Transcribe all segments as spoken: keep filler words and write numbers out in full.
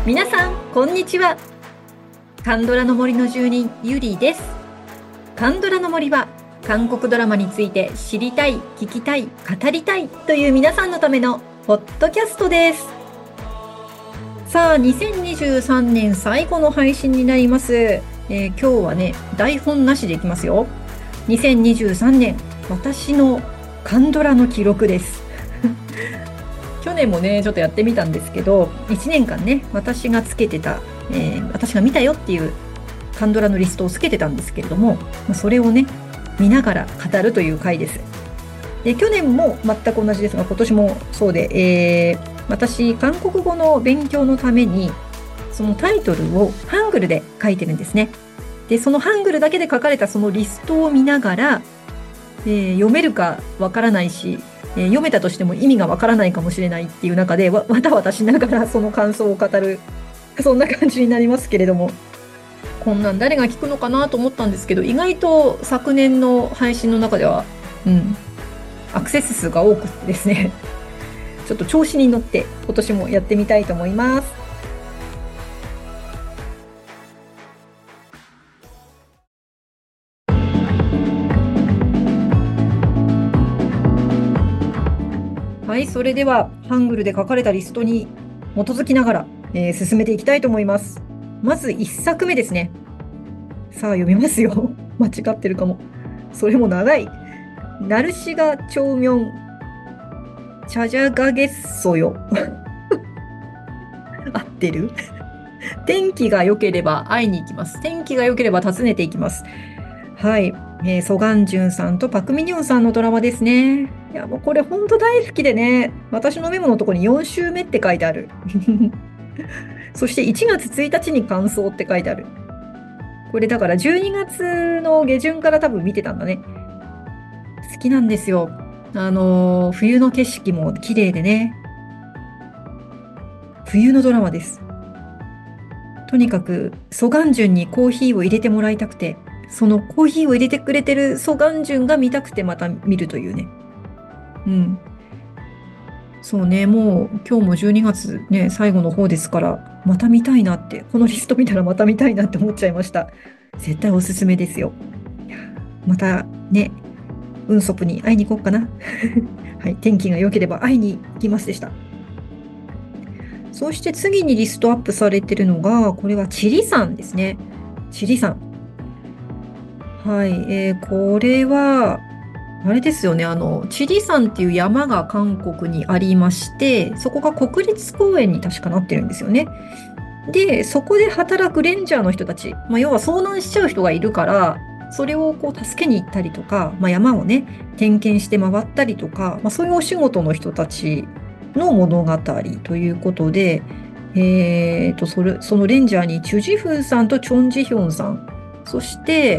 皆さん、こんにちは。カンドラの森の住人、ゆりです。カンドラの森は、韓国ドラマについて知りたい、聞きたい、語りたいという皆さんのためのポッドキャストです。さあ、にせんにじゅうさんねん最後の配信になります。えー、今日はね、台本なしでいきますよ。にせんにじゅうさんねん、私のカンドラの記録です。去年もねちょっとやってみたんですけど、いちねんかんね私がつけてた、えー、私が見たよっていうカンドラのリストをつけてたんですけれども、それをね見ながら語るという回です。で去年も全く同じですが、今年もそうで、えー、私韓国語の勉強のためにそのタイトルをハングルで書いてるんですね。でそのハングルだけで書かれたそのリストを見ながら、えー、読めるかわからないし、えー、読めたとしても意味がわからないかもしれないっていう中でわわたわたしながらその感想を語る、そんな感じになりますけれども、こんなん誰が聞くのかなと思ったんですけど、意外と昨年の配信の中では、うん、アクセス数が多くてですねちょっと調子に乗って今年もやってみたいと思います。はい、それではハングルで書かれたリストに基づきながら、えー、進めていきたいと思います。まずいっさくめですね。さあ読みますよ。間違ってるかも。それも長い。ナルシガチョウミョンチャジャガゲッソヨ。合ってる？天気が良ければ会いに行きます。天気が良ければ訪ねていきます。はい、えー、ソガンジュンさんとパクミニョンさんのドラマですね。いやもうこれ本当大好きでね、私のメモのところによん週目って書いてある。そしていちがつついたちに感想って書いてある。これだからじゅうにがつの下旬から多分見てたんだね。好きなんですよ。あのー、冬の景色も綺麗でね。冬のドラマです。とにかくソガンジュンにコーヒーを入れてもらいたくて、そのコーヒーを入れてくれてるソガンジュンが見たくてまた見るというね。うん。そうね、もう今日もじゅうにがつね、最後の方ですから、また見たいなって、このリスト見たらまた見たいなって思っちゃいました。絶対おすすめですよ。またね、ウンソプに会いに行こうかな。はい、天気が良ければ会いに行きますでした。そして次にリストアップされているのが、これはチリ山ですね。チリ山。はい、えー、これは、あれですよね、あの、チリ山っていう山が韓国にありまして、そこが国立公園に確かなってるんですよね。で、そこで働くレンジャーの人たち、まあ、要は遭難しちゃう人がいるから、それをこう助けに行ったりとか、まあ、山をね、点検して回ったりとか、まあ、そういうお仕事の人たちの物語ということで、えーと、それ、そのレンジャーにチュジフンさんとチョンジヒョンさん、そして、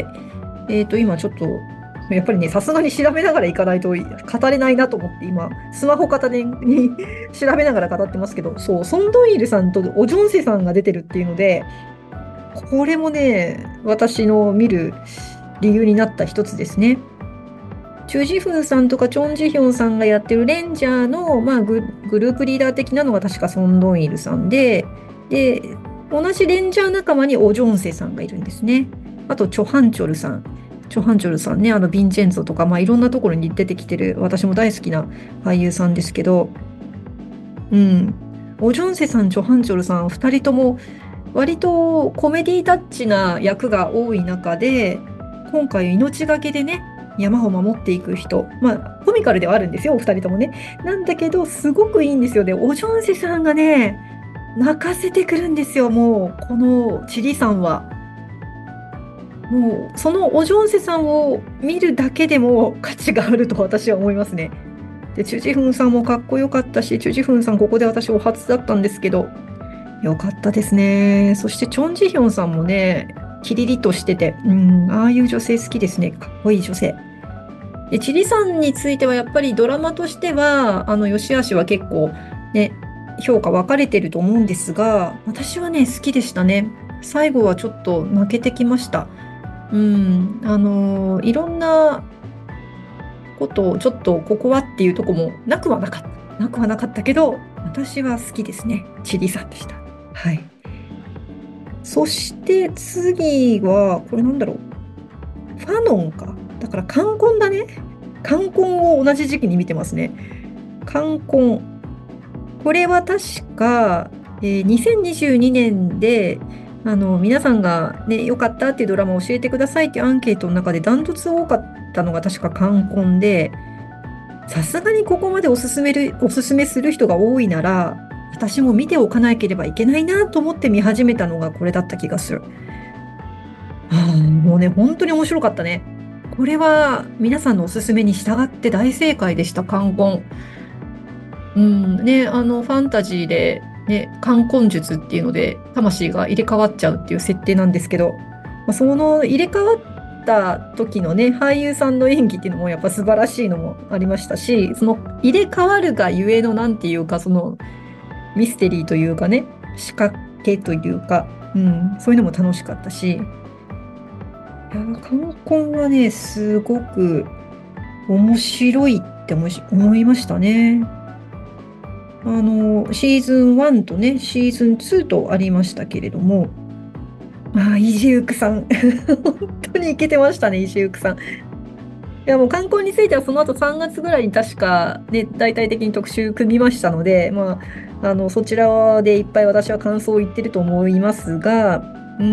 えーと、今ちょっと、やっぱりね、さすがに調べながら行かないと語れないなと思って、今、スマホ片手に調べながら語ってますけど、そう、ソン・ドンイルさんとオジョンセさんが出てるっていうので、これもね、私の見る理由になった一つですね。チュ・ジフンさんとかチョン・ジヒョンさんがやってるレンジャーの、まあ、グ、グループリーダー的なのが確かソン・ドンイルさんで、で、同じレンジャー仲間にオジョンセさんがいるんですね。あと、チョ・ハンチョルさん。チョ・ハンチョルさんね、あの、ヴィンチェンツォとか、まあ、いろんなところに出てきてる、私も大好きな俳優さんですけど、うん。オジョンセさん、チョ・ハンチョルさん、二人とも、割とコメディタッチな役が多い中で、今回命がけでね、山を守っていく人、まあ、コミカルではあるんですよ、お二人ともね。なんだけど、すごくいいんですよ。で、オジョンセさんがね、泣かせてくるんですよ、もう、このチリさんは。もう、そのオジョンセさんを見るだけでも価値があると私は思いますね。で、チュジフンさんもかっこよかったし、チュジフンさん、ここで私お初だったんですけど、よかったですね。そしてチョン・ジヒョンさんもね、キリリとしてて、うん、ああいう女性好きですね。かっこいい女性。で、チリさんについてはやっぱりドラマとしては、あの、良し悪しは結構ね、評価分かれてると思うんですが、私はね、好きでしたね。最後はちょっと泣けてきました。うん、あのいろんなことをちょっとここはっていうとこもなくはなかった。なくはなかったけど、私は好きですね。チリさんでした。はい。 そして次は、これなんだろう。ファノンか。だから冠婚だね。冠婚を同じ時期に見てますね。冠婚。これは確か、えーにせんにじゅうにねんで、あの、皆さんがね、良かったっていうドラマを教えてくださいっていうアンケートの中でダントツ多かったのが確か冠婚で、さすがにここまでおすすめる、おすすめする人が多いなら、私も見ておかなければいけないなと思って見始めたのがこれだった気がする。ああ、もうね、本当に面白かったね。これは皆さんのおすすめに従って大正解でした、冠婚。うんね、あのファンタジーで、ね、冠婚術っていうので魂が入れ替わっちゃうっていう設定なんですけど、まあ、その入れ替わった時のね俳優さんの演技っていうのもやっぱ素晴らしいのもありましたし、その入れ替わるがゆえのなんていうかそのミステリーというかね、仕掛けというか、うん、そういうのも楽しかったし、いや冠婚はねすごく面白いって思い思いましたね。あの、シーズンワンとね、シーズンツーとありましたけれども、ああ、イジウクさん。本当にイケてましたね、イジウクさん。いや、もう観光についてはその後さんがつぐらいに確かね、大々的に特集組みましたので、まあ、あの、そちらでいっぱい私は感想を言ってると思いますが、うん、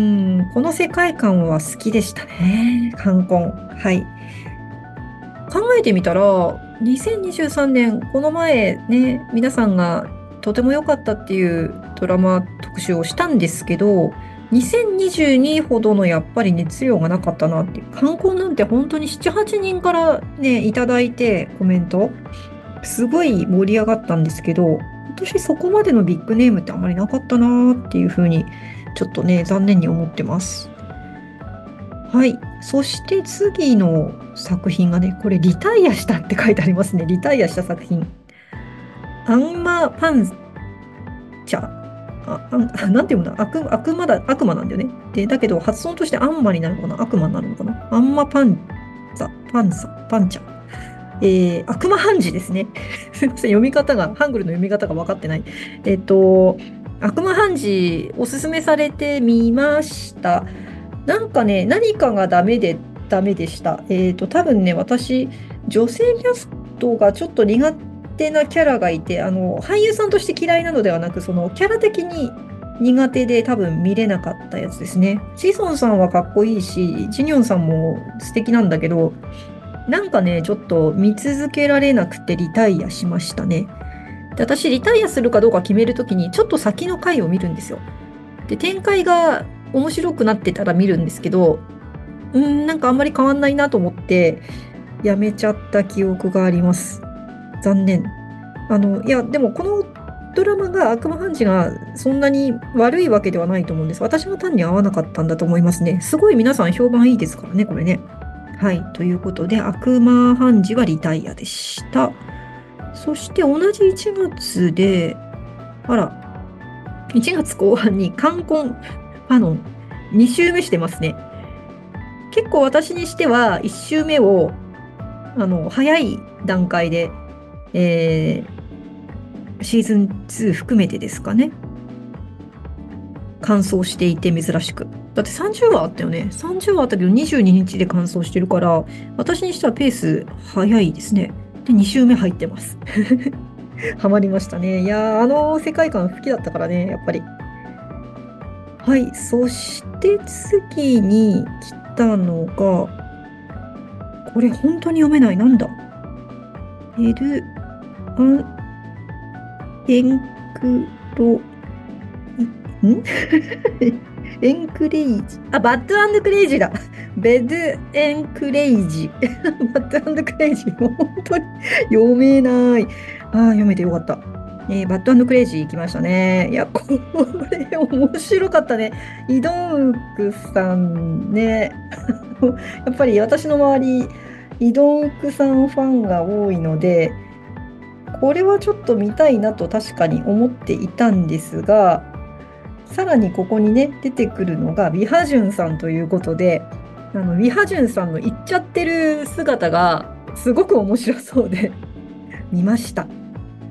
この世界観は好きでしたね、観光。はい。考えてみたら、にせんにじゅうさんねん、この前ね、皆さんがとても良かったっていうドラマ特集をしたんですけど、にせんにじゅうにほどのやっぱり熱量がなかったなっていう。観光なんて本当になな、はちにんからね、いただいてコメント、すごい盛り上がったんですけど、今年そこまでのビッグネームってあまりなかったなっていうふうに、ちょっとね、残念に思ってます。はい。そして次の作品がね、これリタイアしたって書いてありますね。リタイアした作品。アンマパンチャ。あ、あん、なんて読むんだ悪、悪魔だ、悪魔なんだよね。で、だけど発音としてアンマになるのかな、悪魔になるのかな、アンマパンザ、パンサ、パンチャ。えー、悪魔判事ですね。すいません、読み方が、ハングルの読み方が分かってない。えっと、悪魔判事、おすすめされてみました。なんかね、何かがダメでダメでした。えっと、多分ね、私、女性キャストがちょっと苦手なキャラがいて、あの、俳優さんとして嫌いなのではなく、その、キャラ的に苦手で多分見れなかったやつですね。シソンさんはかっこいいし、ジニョンさんも素敵なんだけど、なんかね、ちょっと見続けられなくてリタイアしましたね。で、私、リタイアするかどうか決めるときに、ちょっと先の回を見るんですよ。で、展開が面白くなってたら見るんですけど、うーん、なんかあんまり変わんないなと思って、やめちゃった記憶があります。残念。あの、いや、でもこのドラマが悪魔判事がそんなに悪いわけではないと思うんです。私も単に合わなかったんだと思いますね。すごい皆さん評判いいですからね、これね。はい。ということで、悪魔判事はリタイアでした。そして同じいちがつで、あら、いちがつこう半に冠婚ファノンに週目してますね。結構私にしてはいち週目をあの早い段階で、えーシーズンツー含めてですかね、完走していて珍しく。だってさんじゅうわあったよね。さんじゅうわあったけどにじゅうににちで完走してるから、私にしてはペース早いですね。で、に週目入ってます。ハマりましたね。いやー、あの世界観好きだったからね、やっぱり。はい。そして次に来たのが、これ本当に読めない。なんだエル、アン、エンクロ、んエンクレイジ。あ、バッドクレイジーだ。ベドエンクレイジ。バッドクレイジ。もう本当に読めない。ああ、読めてよかった。えーバッドクレイジー行きましたね。いや、これ面白かったね。イドンクさんね。やっぱり私の周り、イドンクさんファンが多いので、これはちょっと見たいなと確かに思っていたんですが、さらにここにね、出てくるのが、ビハジュンさんということで、あの、ビハジュンさんの言っちゃってる姿が、すごく面白そうで、見ました。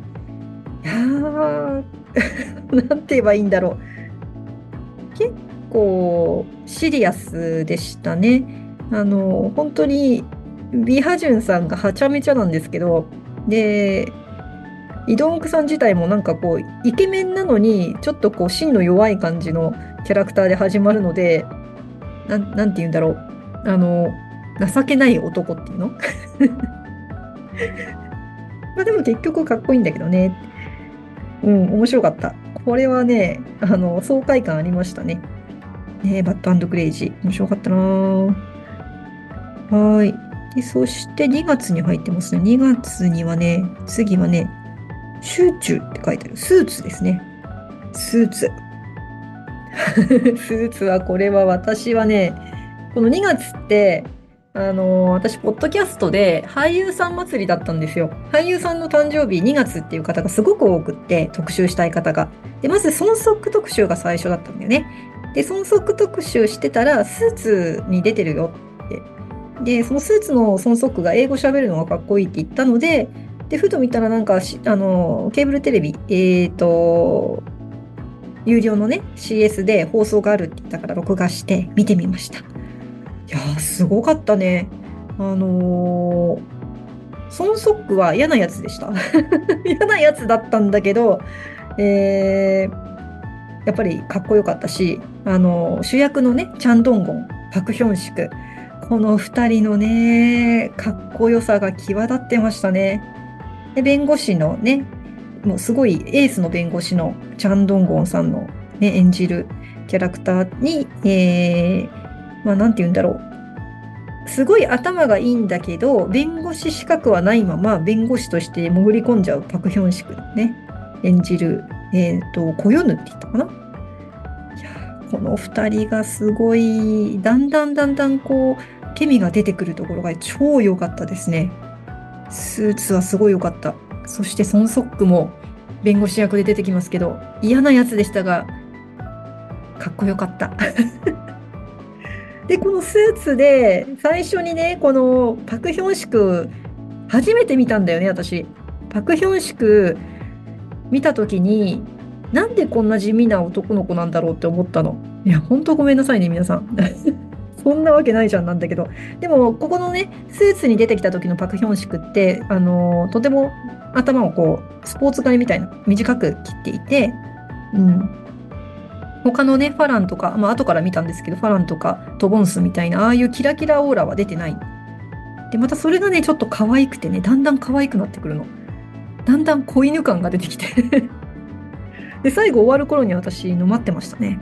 いやー、なんて言えばいいんだろう。結構シリアスでしたね。あの、本当に、ビハジュンさんがはちゃめちゃなんですけど、で、イ・ドンクさん自体もなんかこう、イケメンなのに、ちょっとこう、芯の弱い感じのキャラクターで始まるので、なん、なんて言うんだろう。あの、情けない男っていうのまあでも結局かっこいいんだけどね。うん、面白かった。これはね、あの、爽快感ありましたね。ね、バッドクレイジー。面白かったなぁ。はーい。で、そしてにがつに入ってますね。にがつにはね、次はね、集中って書いてある。スーツですね。スーツ。スーツは、これは私はね、このにがつって、あのー私、ポッドキャストで俳優さん祭りだったんですよ。俳優さんの誕生日にがつっていう方がすごく多くって、特集したい方が。で、まず、孫則特集が最初だったんだよね。で、孫則特集してたら、スーツに出てるよって。で、そのスーツの孫則が英語喋るのがかっこいいって言ったので、で、ふと見たらなんかし、あのーケーブルテレビ、えっと、有料のね、シーエス で放送があるって言ったから録画して見てみました。いやー、すごかったね。あのー、孫則は嫌なやつでした。嫌なやつだったんだけど、えー、やっぱりかっこよかったし、あのー主役のね、チャンドンゴン、パクヒョンシク、この二人のね、かっこよさが際立ってましたね。で、弁護士のね、もうすごいエースの弁護士のチャン・ドンゴンさんの、ね、演じるキャラクターに、えー、まあなんて言うんだろう。すごい頭がいいんだけど、弁護士資格はないまま弁護士として潜り込んじゃうパク・ヒョンシクのね、演じる、えっと、コヨヌって言ったかな。いやー、この二人がすごい、だんだんだんだんこう、ケミが出てくるところが超良かったですね。スーツはすごい良かった。そしてソン・ソックも弁護士役で出てきますけど、嫌なやつでしたが、かっこよかった。で、このスーツで、最初にね、このパク・ヒョンシク、初めて見たんだよね、私。パク・ヒョンシク見たときに、なんでこんな地味な男の子なんだろうって思ったの。いや、ほんとごめんなさいね、皆さん。そんなわけないじゃんなんだけど。でも、ここのね、スーツに出てきた時のパク・ヒョンシクって、あのーとても頭をこう、スポーツ刈りみたいな、短く切っていて、うん。他のね、ファランとか、まあ後から見たんですけど、ファランとかトボンスみたいな、ああいうキラキラオーラは出てない。で、またそれがね、ちょっと可愛くてね、だんだん可愛くなってくるの。だんだん子犬感が出てきてで、最後終わる頃に私、の待ってましたね。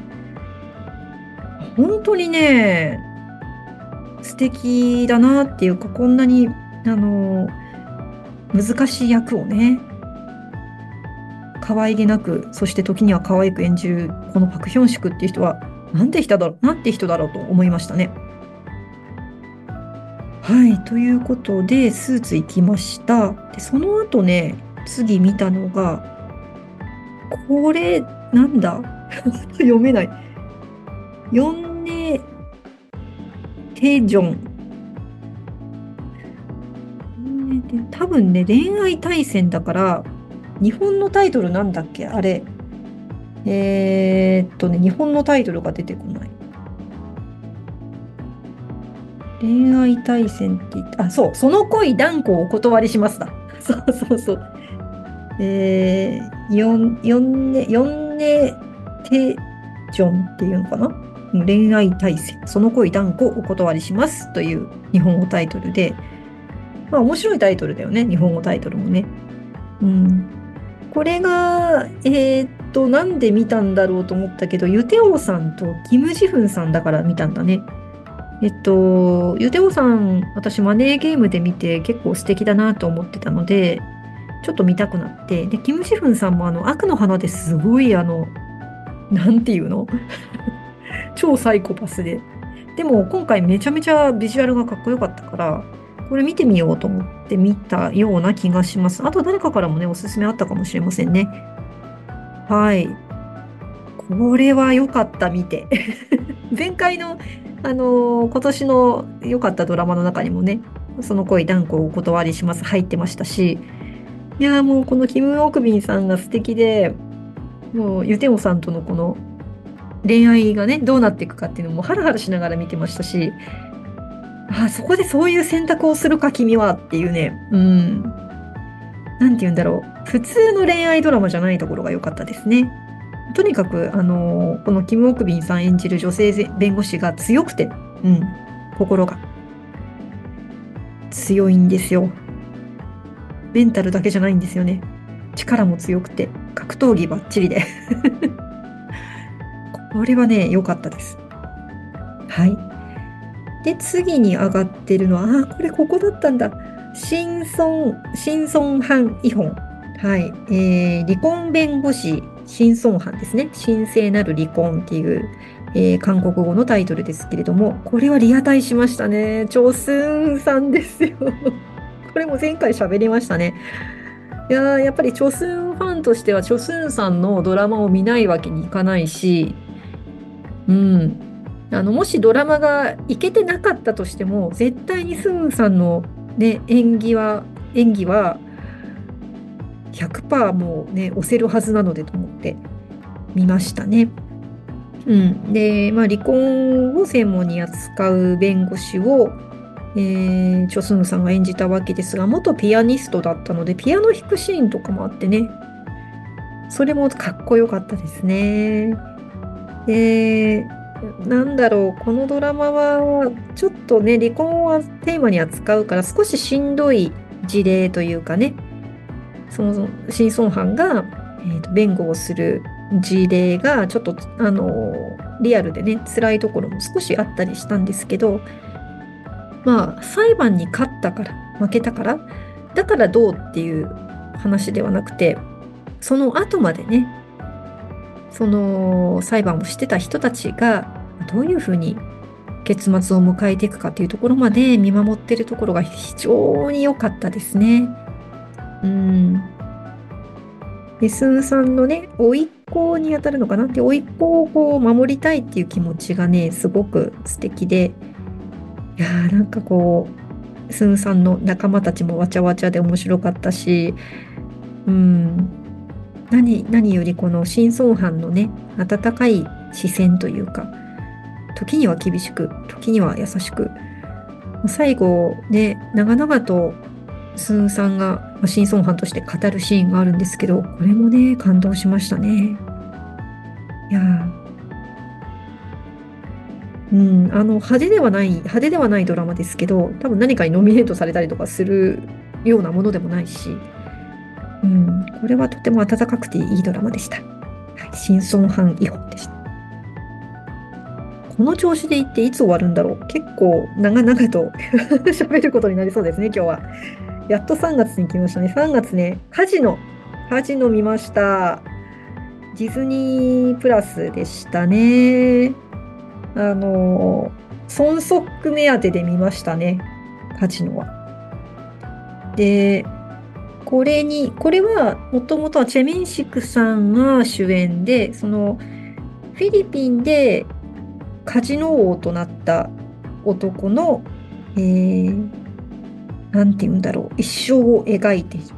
本当にね、素敵だなっていうか、こんなに、あの、難しい役をね、可愛げなく、そして時には可愛く演じる、このパク・ヒョンシクっていう人は、なんて人だろう、なんて人だろうと思いましたね。はい、ということで、スーツ行きました。で、その後ね、次見たのが、これ、なんだ読めない。ヨンネ・テジョン。多分ね、恋愛対戦だから、日本のタイトルなんだっけあれ。えーっとね、日本のタイトルが出てこない。恋愛対戦って言って、あ、そう、その恋断固お断りしますだ。そうそうそう。えー、ヨン、ヨンネ、ヨンネテジョンっていうのかな。うん恋愛対戦、その恋断固お断りしますという日本語タイトルで、まあ面白いタイトルだよね、日本語タイトルもね。うん。これが、えーっと、なんで見たんだろうと思ったけど、ユテオさんとキム・ジフンさんだから見たんだね。えっと、ユテオさん、私マネーゲームで見て結構素敵だなと思ってたので、ちょっと見たくなって、で、キム・ジフンさんもあの、悪の花ですごいあの、なんていうの超サイコパスで。でも今回めちゃめちゃビジュアルがかっこよかったから、これ見てみようと思って見たような気がします。あと誰かからもね、おすすめあったかもしれませんね。はい。これは良かった、見て。前回の、あのー今年の良かったドラマの中にもね、その恋断固お断りします入ってましたし、いやーもうこのキム・オクビンさんが素敵で、もうユテオさんとのこの恋愛がね、どうなっていくかっていうのもハラハラしながら見てましたし、あ、そこでそういう選択をするか、君はっていうね、うん、なんて言うんだろう。普通の恋愛ドラマじゃないところが良かったですね。とにかく、あのーこのキム・オクビンさん演じる女性弁護士が強くて、うん、心が強いんですよ。メンタルだけじゃないんですよね。力も強くて、格闘技バッチリで。これはね、良かったです。はい。で、次に上がってるのは、あー、これここだったんだ。新孫、新孫藩イホン。はい。えー、離婚弁護士、新孫藩ですね。神聖なる離婚っていう、えー韓国語のタイトルですけれども、これはリアタイしましたね。チョスンさんですよ。これも前回喋りましたね。いやー、やっぱりチョスンファンとしては、チョスンさんのドラマを見ないわけにいかないし、うん。あの、もしドラマがいけてなかったとしても、絶対にスンさんのね、演技は、演技はひゃくパーセントもうね、押せるはずなのでと思って見ましたね。うん。で、まあ、離婚を専門に扱う弁護士を、えー、チョスンさんが演じたわけですが、元ピアニストだったので、ピアノ弾くシーンとかもあってね、それもかっこよかったですね。で、なんだろう、このドラマは、ちょっとね、離婚をテーマに扱うから、少ししんどい事例というかね、その、新尊藩が、えーと、弁護をする事例が、ちょっと、あの、リアルでね、辛いところも少しあったりしたんですけど、まあ、裁判に勝ったから、負けたから、だからどうっていう話ではなくて、その後までね、その裁判をしてた人たちがどういうふうに結末を迎えていくかっていうところまで見守ってるところが非常に良かったですね。うん。で、スンさんのね、甥っ子にあたるのかなって、甥っ子をこう守りたいっていう気持ちがね、すごく素敵で、いやーなんかこう、スンさんの仲間たちもわちゃわちゃで面白かったし、うん。何、何よりこの新尊藩のね、温かい視線というか、時には厳しく、時には優しく、最後ね、長々とスンさんがまあ新尊藩として語るシーンがあるんですけど、これもね、感動しましたね。いやー、うん、あの、派手ではない、派手ではないドラマですけど、多分何かにノミネートされたりとかするようなものでもないし、うん、これはとても温かくていいドラマでした。はい、新尊藩イホンでした。この調子でいっていつ終わるんだろう。結構長々と喋ることになりそうですね、今日は。やっとさんがつに来ましたね。さんがつね、カジノ。カジノ見ました。ディズニープラスでしたね。あの、孫則目当てで見ましたね。カジノは。で、これに、これはもともとはチェミンシクさんが主演で、そのフィリピンでカジノ王となった男の、えー、なんて言うんだろう、一生を描いている。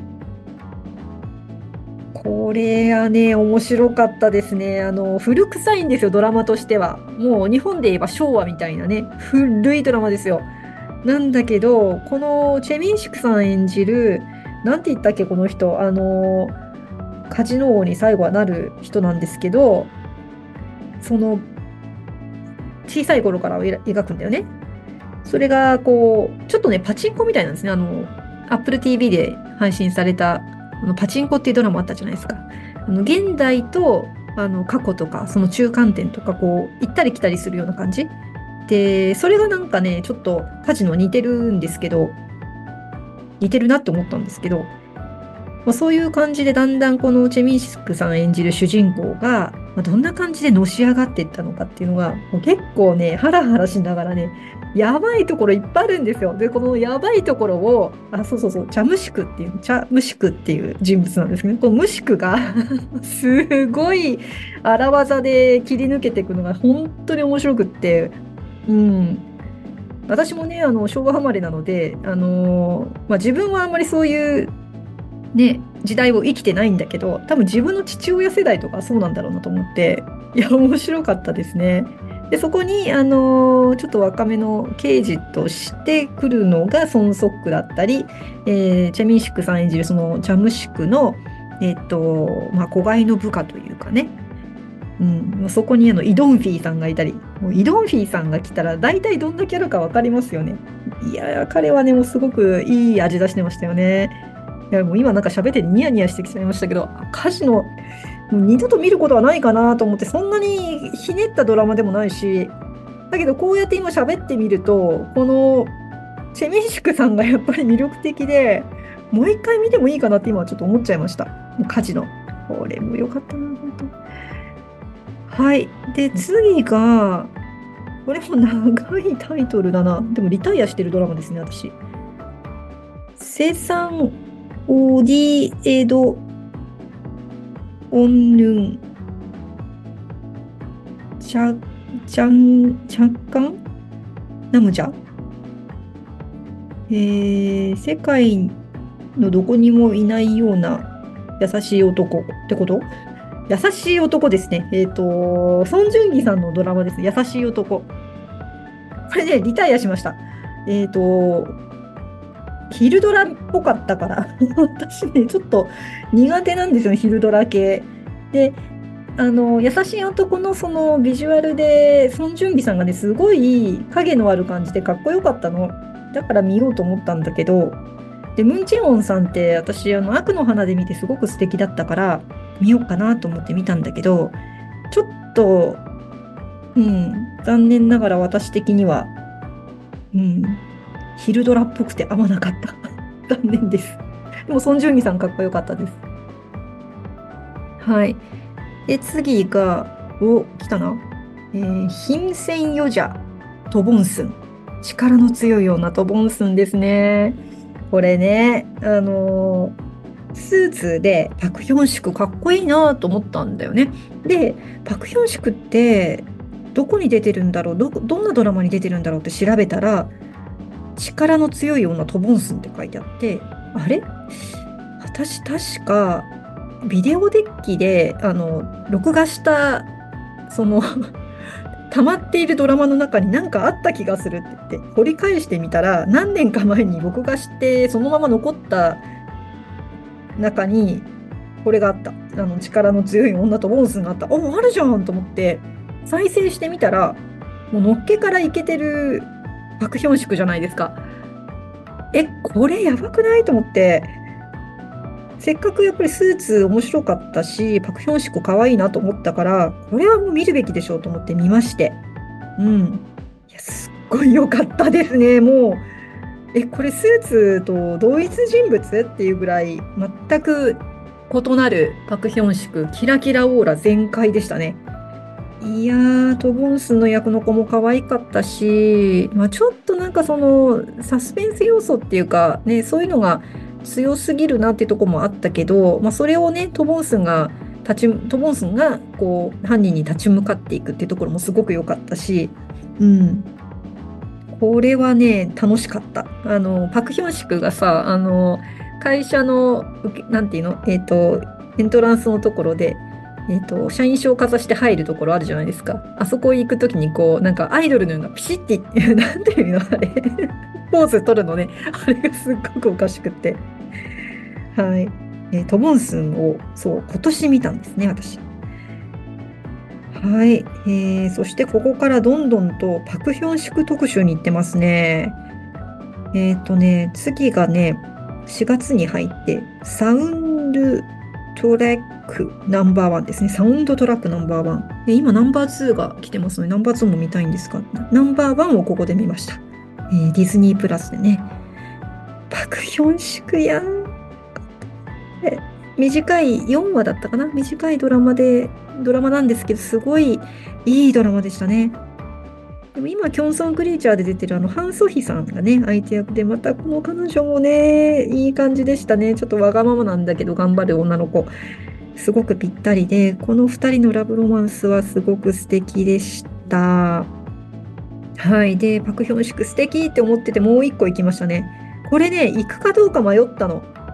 これはね、面白かったですね。あの、古臭いんですよ、ドラマとしては。もう日本で言えば昭和みたいなね、古いドラマですよ。なんだけど、このチェ・ミンシクさん演じる、なんて言ったっけ、この人、あの、カジノ王に最後はなる人なんですけど、その、小さい頃からを描くんだよね。それが、こう、ちょっとね、パチンコみたいなんですね。あの、Apple ティーブイ で配信された、あのパチンコっていうドラマあったじゃないですか。あの、現代と、あの、過去とか、その中間点とか、こう、行ったり来たりするような感じ。で、それがなんかね、ちょっとカジノ似てるんですけど、似てるなって思ったんですけど、まあ、そういう感じでだんだんこのチェ・ミンシクさん演じる主人公が、まあ、どんな感じでのし上がっていったのかっていうのが、もう結構ね、ハラハラしながらね、やばいところいっぱいあるんですよ。で、このやばいところを、あ、そうそうそう、チャムシクっていう、チャムシクっていう人物なんですけど、このムシクがすごい荒技で切り抜けていくのが本当に面白くって、うん。私もね、あの、昭和生まれなので、あのーまあ、自分はあんまりそういうね、 時代を生きてないんだけど、多分自分の父親世代とかそうなんだろうなと思って、いや、面白かったですね。で、そこに、あのーちょっと若めの刑事として来るのがソン・ソックだったり、えーチェ・ミンシクさん演じるそのチャムシクの、えっと、まあ、子飼いの部下というかね、うん、そこにあのイ・ドンフィーさんがいたり、もうイ・ドンフィーさんが来たら大体どんなキャラか分かりますよね。いやー、彼はね、もうすごくいい味出してましたよね。いや、もう今なんか喋ってニヤニヤしてきちゃいましたけど、カジノ、もう二度と見ることはないかなと思って、そんなにひねったドラマでもないし、だけどこうやって今喋ってみると、このチェ・ミンシクさんがやっぱり魅力的で、もう一回見てもいいかなって今はちょっと思っちゃいました。もうカジノ。これも良かったな、本当。はい。で、次が、これも長いタイトルだな。でもリタイアしてるドラマですね、私。セサン・オディエド・オンヌン・チャ、チャン、チャッカンナムジャ。えー、世界のどこにもいないような優しい男ってこと？優しい男ですね。えっと、ソン・ジュンギさんのドラマです。優しい男。これね、リタイアしました。えっと、昼ドラっぽかったから。私ね、ちょっと苦手なんですよね、昼ドラ系。で、あの、優しい男のそのビジュアルで、ソン・ジュンギさんがね、すごい影のある感じでかっこよかったの。だから見ようと思ったんだけど、で、ムン・チェウォンさんって私、あの、悪の花で見てすごく素敵だったから、見ようかなと思って見たんだけど、ちょっと、うん、残念ながら私的には、うん、昼ドラっぽくて合わなかった。残念です。でも、ソン・ジュンギさんかっこよかったです。はい。で、次が、お、来たな。えー、ヒンセンヨジャ、トボンスン。力の強いようなトボンスンですね。これね、あのースーツでパク・ヒョンシクかっこいいなと思ったんだよね。で、パク・ヒョンシクってどこに出てるんだろう、どこ、どんなドラマに出てるんだろうって調べたら、力の強い女トボンスンって書いてあって、あれ私確かビデオデッキであの録画したその溜まっているドラマの中に何かあった気がするって言って掘り返してみたら、何年か前に録画してそのまま残った中にこれがあった。あの力の強い女とボンスがあった。お、あるじゃんと思って再生してみたら、もうのっけからイケてるパクヒョンシクじゃないですか。え、これやばくないと思って、せっかくやっぱりスーツ面白かったし、パクヒョンシク可愛いなと思ったから、これはもう見るべきでしょうと思って見まして。うん。いや、すっごい良かったですね。もう、え、これスーツと同一人物っていうぐらい、全く異なるパクヒョンシク、キラキラオーラ全開でしたね。いやー、トボンスの役の子も可愛かったし、まあ、ちょっとなんかそのサスペンス要素っていうか、ね、そういうのが強すぎるなっていうところもあったけど、まあ、それをね、トボンスが立ち、トボンスがこう犯人に立ち向かっていくっていうところもすごく良かったし、うん、これはね、楽しかった。あの、パクヒョンシクがさ、あの、会社の受け、なんていうの、えっと、エントランスのところで、えっと、社員証をかざして入るところあるじゃないですか。あそこ行くときに、こう、なんかアイドルのようなピシッて、なんていうのあれ、ポーズ取るのね。あれがすっごくおかしくって。はい。えートモンスンを、そう、今年見たんですね、私。はい。えーそしてここからどんどんとパクヒョンシク特集に行ってますね。えっとね、次がね、しがつに入って、サウンドトラックナンバーワンですね。サウンドトラックナンバーワン。で、今ナンバーツーが来てますので、ナンバーツーも見たいんですが、ナンバーワンをここで見ました。えーディズニープラスでね。パクヒョンシクやん。え短いよんわだったかな、短いドラマで、ドラマなんですけど、すごいいいドラマでしたね。でも今、キョンソンクリーチャーで出てるあの、ハン・ソヒさんがね、相手役で、またこの彼女もね、いい感じでしたね。ちょっとわがままなんだけど、頑張る女の子。すごくぴったりで、このふたりのラブロマンスはすごく素敵でした。はい。で、パクヒョンシク素敵って思ってて、もう一個行きましたね。これね、行くかどうか迷ったの。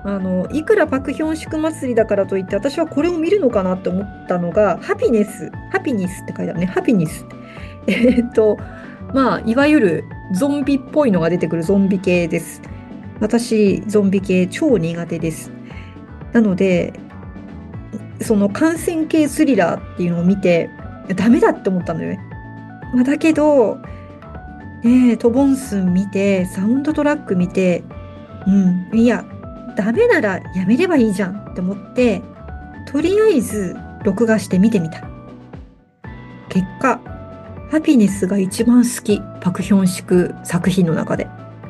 あの、いくらパクヒョン祝祭りだからといって、私はこれを見るのかなって思ったのが、ハピネス、ハピニスって書いてあるね、ハピニス。えーっと、まあ、いわゆるゾンビっぽいのが出てくるゾンビ系です。私、ゾンビ系超苦手です。なので、その感染系スリラーっていうのを見て、ダメだって思ったのよね。まあ、だけど、ねえ、トボンスン見て、サウンドトラック見て、うん、いや、ダメならやめればいいじゃんって思って、とりあえず録画して見てみた。結果、ハピネスが一番好き、パクヒョンシク作品の中で。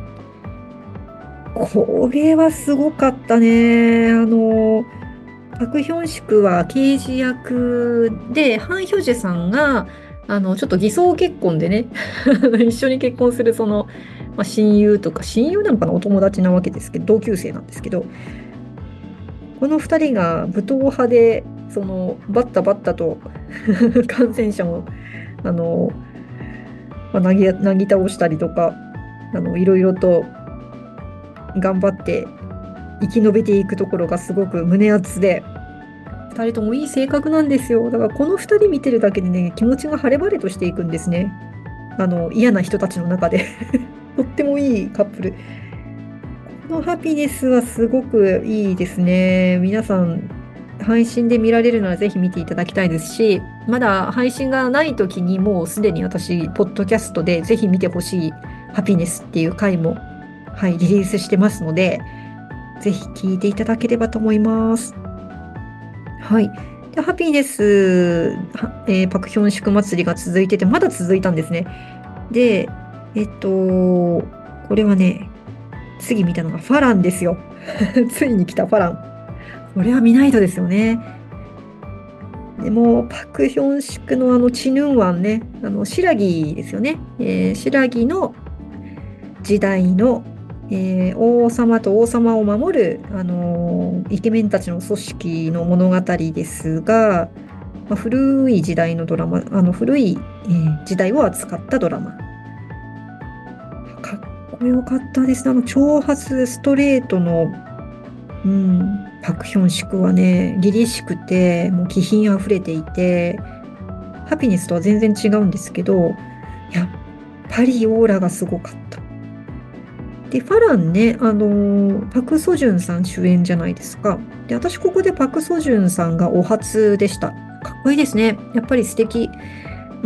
これはすごかったね。あの、パクヒョンシクは刑事役で、ハン・ヒョジェさんが、あの、ちょっと偽装結婚でね、一緒に結婚するその、まあ、親友とか、親友なのかな、お友達なわけですけど、同級生なんですけど、この二人が武闘派で、その、バッタバッタと感染者も、あの、まあ、なぎ、なぎ倒したりとか、あの、いろいろと頑張って生き延びていくところがすごく胸熱で、二人ともいい性格なんですよ。だからこの二人見てるだけでね、気持ちが晴れ晴れとしていくんですね。あの、嫌な人たちの中でとってもいいカップル。このハピネスはすごくいいですね。皆さん、配信で見られるならぜひ見ていただきたいですし、まだ配信がない時にもうすでに私、ポッドキャストでぜひ見てほしいハピネスっていう回も、はい、リリースしてますので、ぜひ聞いていただければと思います。はい。で、ハピネス、はえーパクヒョン祝祭りが続いてて、まだ続いたんですね。で、えっと、これはね、次見たのがファランですよ。ついに来たファラン。これは見ないとですよね。でも、パクヒョン宿のあのチヌンワンね、あの、新羅ですよね。えー、新羅の時代の、えー王様と王様を守る、あのーイケメンたちの組織の物語ですが、まあ、古い時代のドラマ、あの古い、えー時代を扱ったドラマ。かっこよかったですね。あの、長髪ストレートの、うん、パクヒョンシクはね、凛々しくて、もう気品あふれていて、ハピネスとは全然違うんですけど、やっぱりオーラがすごかった。で、ファランね、あのーパク・ソジュンさん主演じゃないですか。で、私ここでパク・ソジュンさんがお初でした。かっこいいですね。やっぱり素敵。うん、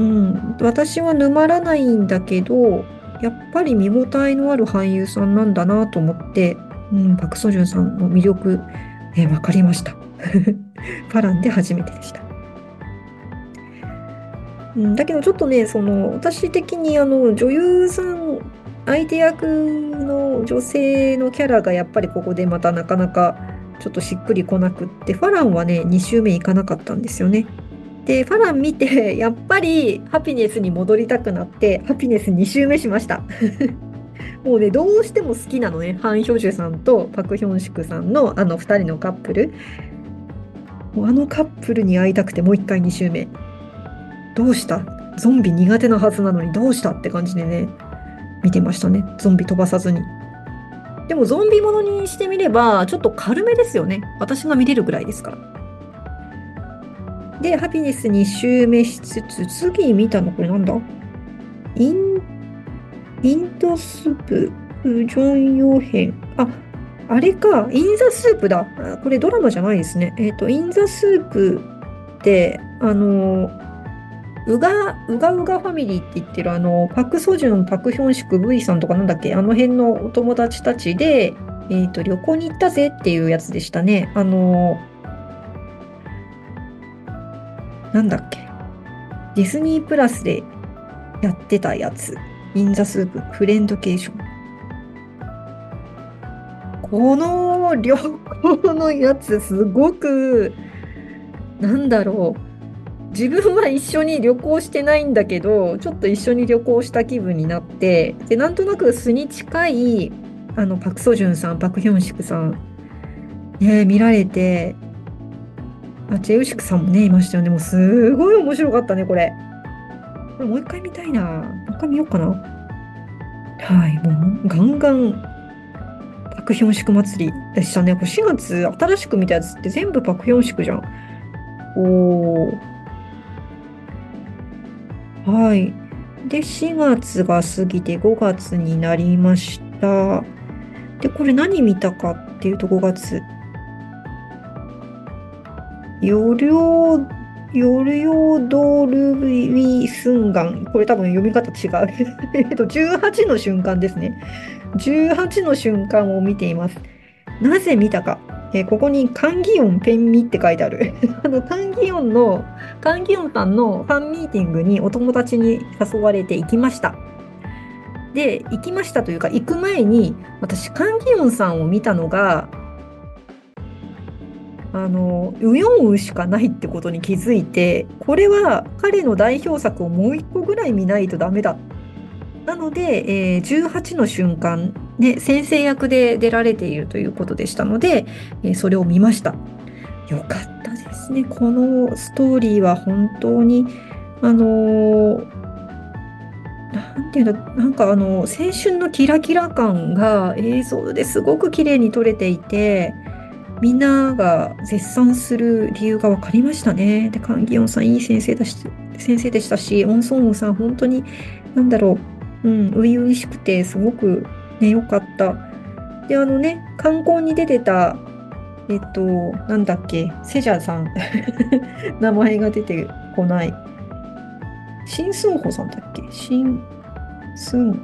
私は沼らないんだけど、やっぱり見応えのある俳優さんなんだなと思って、うん、パク・ソジュンさんの魅力、えー、わかりました。ファランで初めてでした。うん、だけどちょっとね、その、私的にあの、女優さん、相手役の女性のキャラがやっぱりここでまたなかなかちょっとしっくりこなくって、ファランはね、に週目行かなかったんですよね。で、ファラン見て、やっぱりハピネスに戻りたくなって、ハピネスに週目しました。もうね、どうしても好きなのね。ハン・ヒョジュさんとパク・ヒョンシクさんのあのふたりのカップル。もうあのカップルに会いたくてもう一回に週目。どうしたゾンビ苦手なはずなのにどうしたって感じでね、見てましたね。ゾンビ飛ばさずに。でもゾンビものにしてみれば、ちょっと軽めですよね。私が見れるぐらいですから。で、ハピネスに週目しつつ、次見たのこれなんだイン、インドスープ、ウジョンヨ編。あ、あれか、インザスープだ。あこれドラマじゃないですね。えっと、インザスープって、あの、うが、うがうがファミリーって言ってる、あの、パクソジュン、パクヒョンシク、ブイさんとかなんだっけ、あの辺のお友達たちで、えっと、旅行に行ったぜっていうやつでしたね。あの、なんだっけ。ディズニープラスでやってたやつ。インザスープ、フレンドケーション。この旅行のやつ、すごく、なんだろう。自分は一緒に旅行してないんだけど、ちょっと一緒に旅行した気分になって、で、なんとなく素に近い、あの、パクソジュンさん、パクヒョンシクさん、ね、見られて、あ、チェウシクさんもね、いましたよね。もうすごい面白かったね、これ。これもう一回見たいな。もう一回見ようかな。はい、もうガンガン、パクヒョンシク祭りでしたね。これしがつ新しく見たやつって全部パクヒョンシクじゃん。おー。はい。で、しがつが過ぎてごがつになりました。で、これ何見たかっていうとごがつ。ヨリョウ、ヨリョウドルウィスンガン。これ多分読み方違う。えっと、じゅうはちの瞬間ですね。じゅうはちの瞬間を見ています。なぜ見たか。えーここにカンギヨンペンミって書いてある。あの、カンギヨンの、カンギヨンさんのファンミーティングにお友達に誘われて行きました。で、行きましたというか、行く前に、私、カンギヨンさんを見たのが、あの、ウヨンウしかないってことに気づいて、これは彼の代表作をもう一個ぐらい見ないとダメだ。なので、えーじゅうはちの瞬間、ね、先生役で出られているということでしたので、えーそれを見ました。よかったですね。このストーリーは本当に、あのーなんていうの、なんかあの、青春のキラキラ感が映像ですごく綺麗に撮れていて、みんなが絶賛する理由が分かりましたね。で、カン・ギヨンさんいい先生だし、先生でしたし、オン・ソンウさん本当に、なんだろう、うん、初々しくてすごくね、良かった。で、あのね、観光に出てた、えっと、なんだっけ、セジャさん。名前が出てこない。シン・スンホさんだっけシン、スン、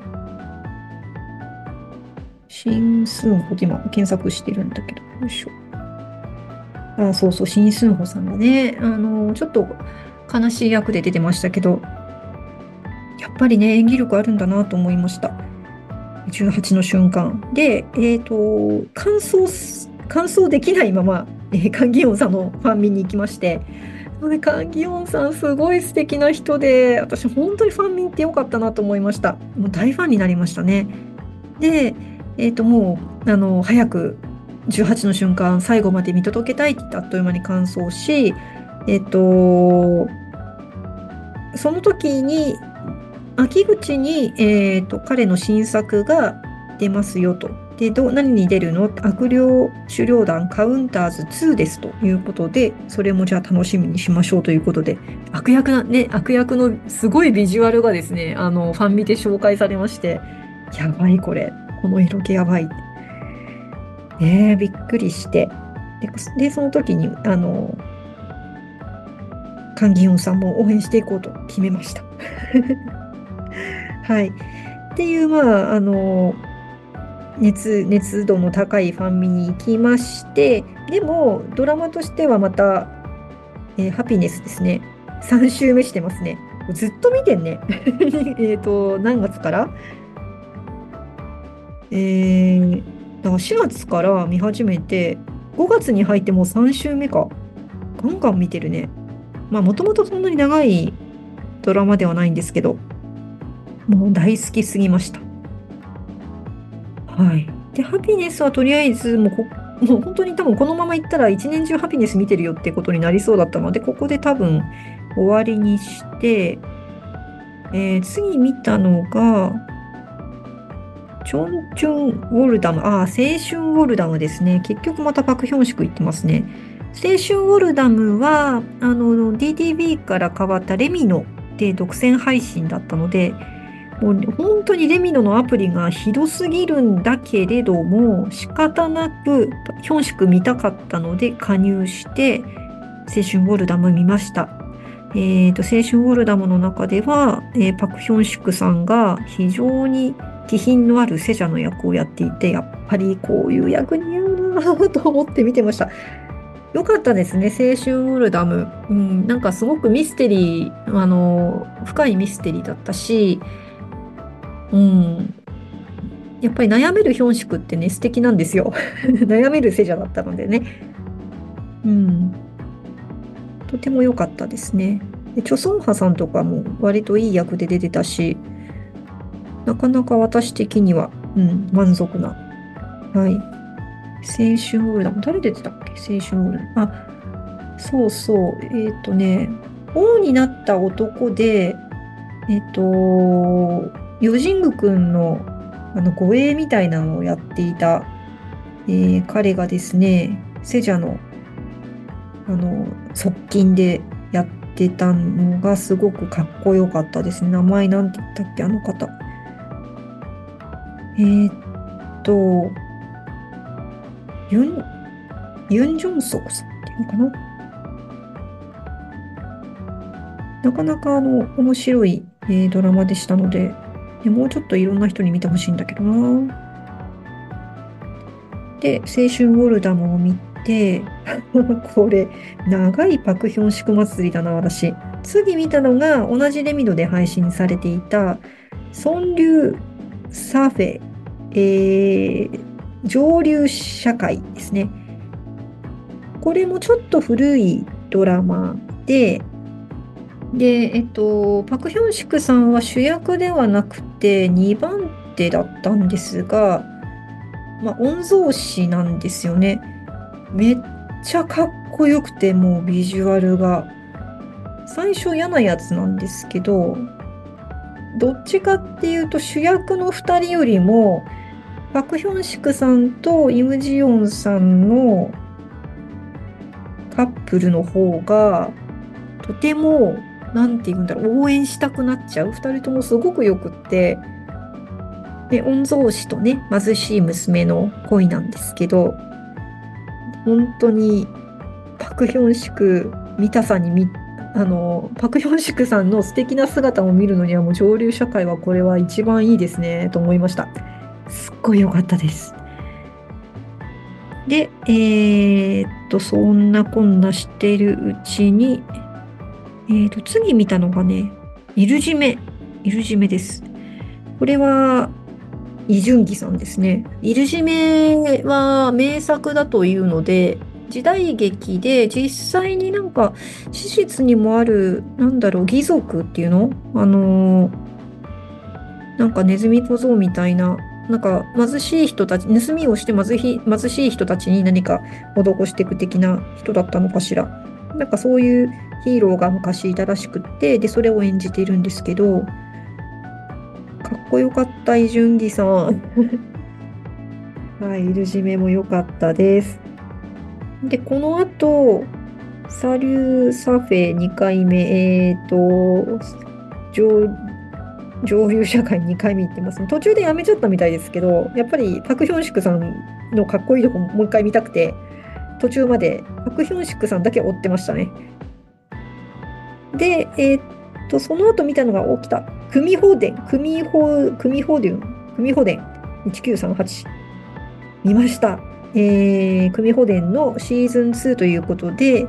シン・スンホって今検索してるんだけど、よいしょ。あ、そうそう、シン・スンホさんがね、あの、ちょっと悲しい役で出てましたけど、やっぱりね、演技力あるんだなと思いました。じゅうはちの瞬間。で、えっと、感想す、感想できないまま、えーカン・ギヨンさんのファン見に行きまして、なので、カン・ギヨンさんすごい素敵な人で、私本当にファン見ってよかったなと思いました。もう大ファンになりましたね。で、えっと、もう、あの、早くじゅうはちの瞬間、最後まで見届けたいって言ってあっという間に完走し、えっと、その時に、秋口に、えっと、彼の新作が出ますよと。で、どう、何に出るの悪霊狩猟団カウンターズツーですということで、それもじゃあ楽しみにしましょうということで、悪役な、ね、悪役のすごいビジュアルがですね、あの、ファン見て紹介されまして、やばいこれ。この色気やばい。ねえ、びっくりして。で、でその時に、あの、カンギヨンさんも応援していこうと決めました。はい。っていう、まあ、あの、熱、熱度の高いファンミに行きまして、でも、ドラマとしてはまた、えーハピネスですね。さん週目してますね。ずっと見てんね。えっと、何月からえー、だからしがつから見始めて、ごがつに入ってもうさん週目か。ガンガン見てるね。まあ、もともとそんなに長いドラマではないんですけど、もう大好きすぎました。はい。で、ハピネスはとりあえず、もうこ、もう本当に多分このまま行ったら一年中ハピネス見てるよってことになりそうだったので、ここで多分終わりにして、えー次見たのが、チョンチュンウォルダム。ああ、青春ウォルダムですね。結局またパクヒョンシク言ってますね。青春ウォルダムは、あの、ディーティービー から変わったレミノで独占配信だったので、もう本当にレミノのアプリがひどすぎるんだけれども、仕方なくヒョンシク見たかったので加入して、青春ウォルダム見ました。えーと、青春ウォルダムの中では、えーパクヒョンシクさんが非常に気品のあるセジャの役をやっていて、やっぱりこういう役似合うなと思って見てました。よかったですね、青春ウォルダム。うん、なんかすごくミステリー、あの、深いミステリーだったし、うん、やっぱり悩めるヒョンシクってね、素敵なんですよ。悩めるセジャだったのでね。うん、とても良かったですね。で、チョソンハさんとかも割といい役で出てたし、なかなか私的には、うん、満足な。はい。青春ウォルダム。誰出てたっけ青春ウォルダム。あ、そうそう。えっとね、王になった男で、えっと、ヨジング君の、あの護衛みたいなのをやっていたえー彼がですね、セジャの、あの、側近でやってたのがすごくかっこよかったですね。名前なんて言ったっけ、あの方。えーっと、ユン、ユン・ジョンソクさんっていうのかな。なかなかあの、面白い、えードラマでしたので、ねもうちょっといろんな人に見てほしいんだけどな。で、青春ウォルダムを見て、これ、長いパクヒョン宿祭りだな、私。次見たのが、同じレミドで配信されていた、孫流サフェ、えー上流社会ですね。これもちょっと古いドラマで、で、えっと、パクヒョンシクさんは主役ではなくてにばん手だったんですが、まあ、御曹司なんですよね。めっちゃかっこよくて、もうビジュアルが。最初嫌なやつなんですけど、どっちかっていうと主役のふたりよりも、パクヒョンシクさんとイムジヨンさんのカップルの方が、とても、なんて言うんだろう、応援したくなっちゃう。ふたりともすごくよくって、で、御曹司とね、貧しい娘の恋なんですけど、本当にパクヒョンシク見たさにみ、あの、パクヒョンシクさんの素敵な姿を見るのにはもう上流社会はこれは一番いいですね、と思いました。すっごい良かったです。で、えーっと、そんなこんなしてるうちに、えーっと、次見たのがね、イルジメ。イルジメです。これは、イ・ジュンギさんですね。イルジメは名作だというので、時代劇で実際になんか史実にもある、なんだろう、義族っていうのあのーなんかネズミ小僧みたいな、なんか貧しい人たち、盗みをして貧しい、貧しい人たちに何か施していく的な人だったのかしら。なんかそういうヒーローが昔いたらしくって、で、それを演じているんですけど、かっこよかった、イ・ジュンギさん。はい、イルジメも良かったです。で、この後、サリューサフェにかいめ、えっと、上、上流社会にかいめ行ってますね。途中でやめちゃったみたいですけど、やっぱりパクヒョンシクさんのかっこいいとこもう一回見たくて、途中までパクヒョンシクさんだけ追ってましたね。で、えっと、その後見たのが起きた。組放電、組放、組放電、組放電いちきゅうさんはち。見ました。えー、組放電のシーズンツーということで、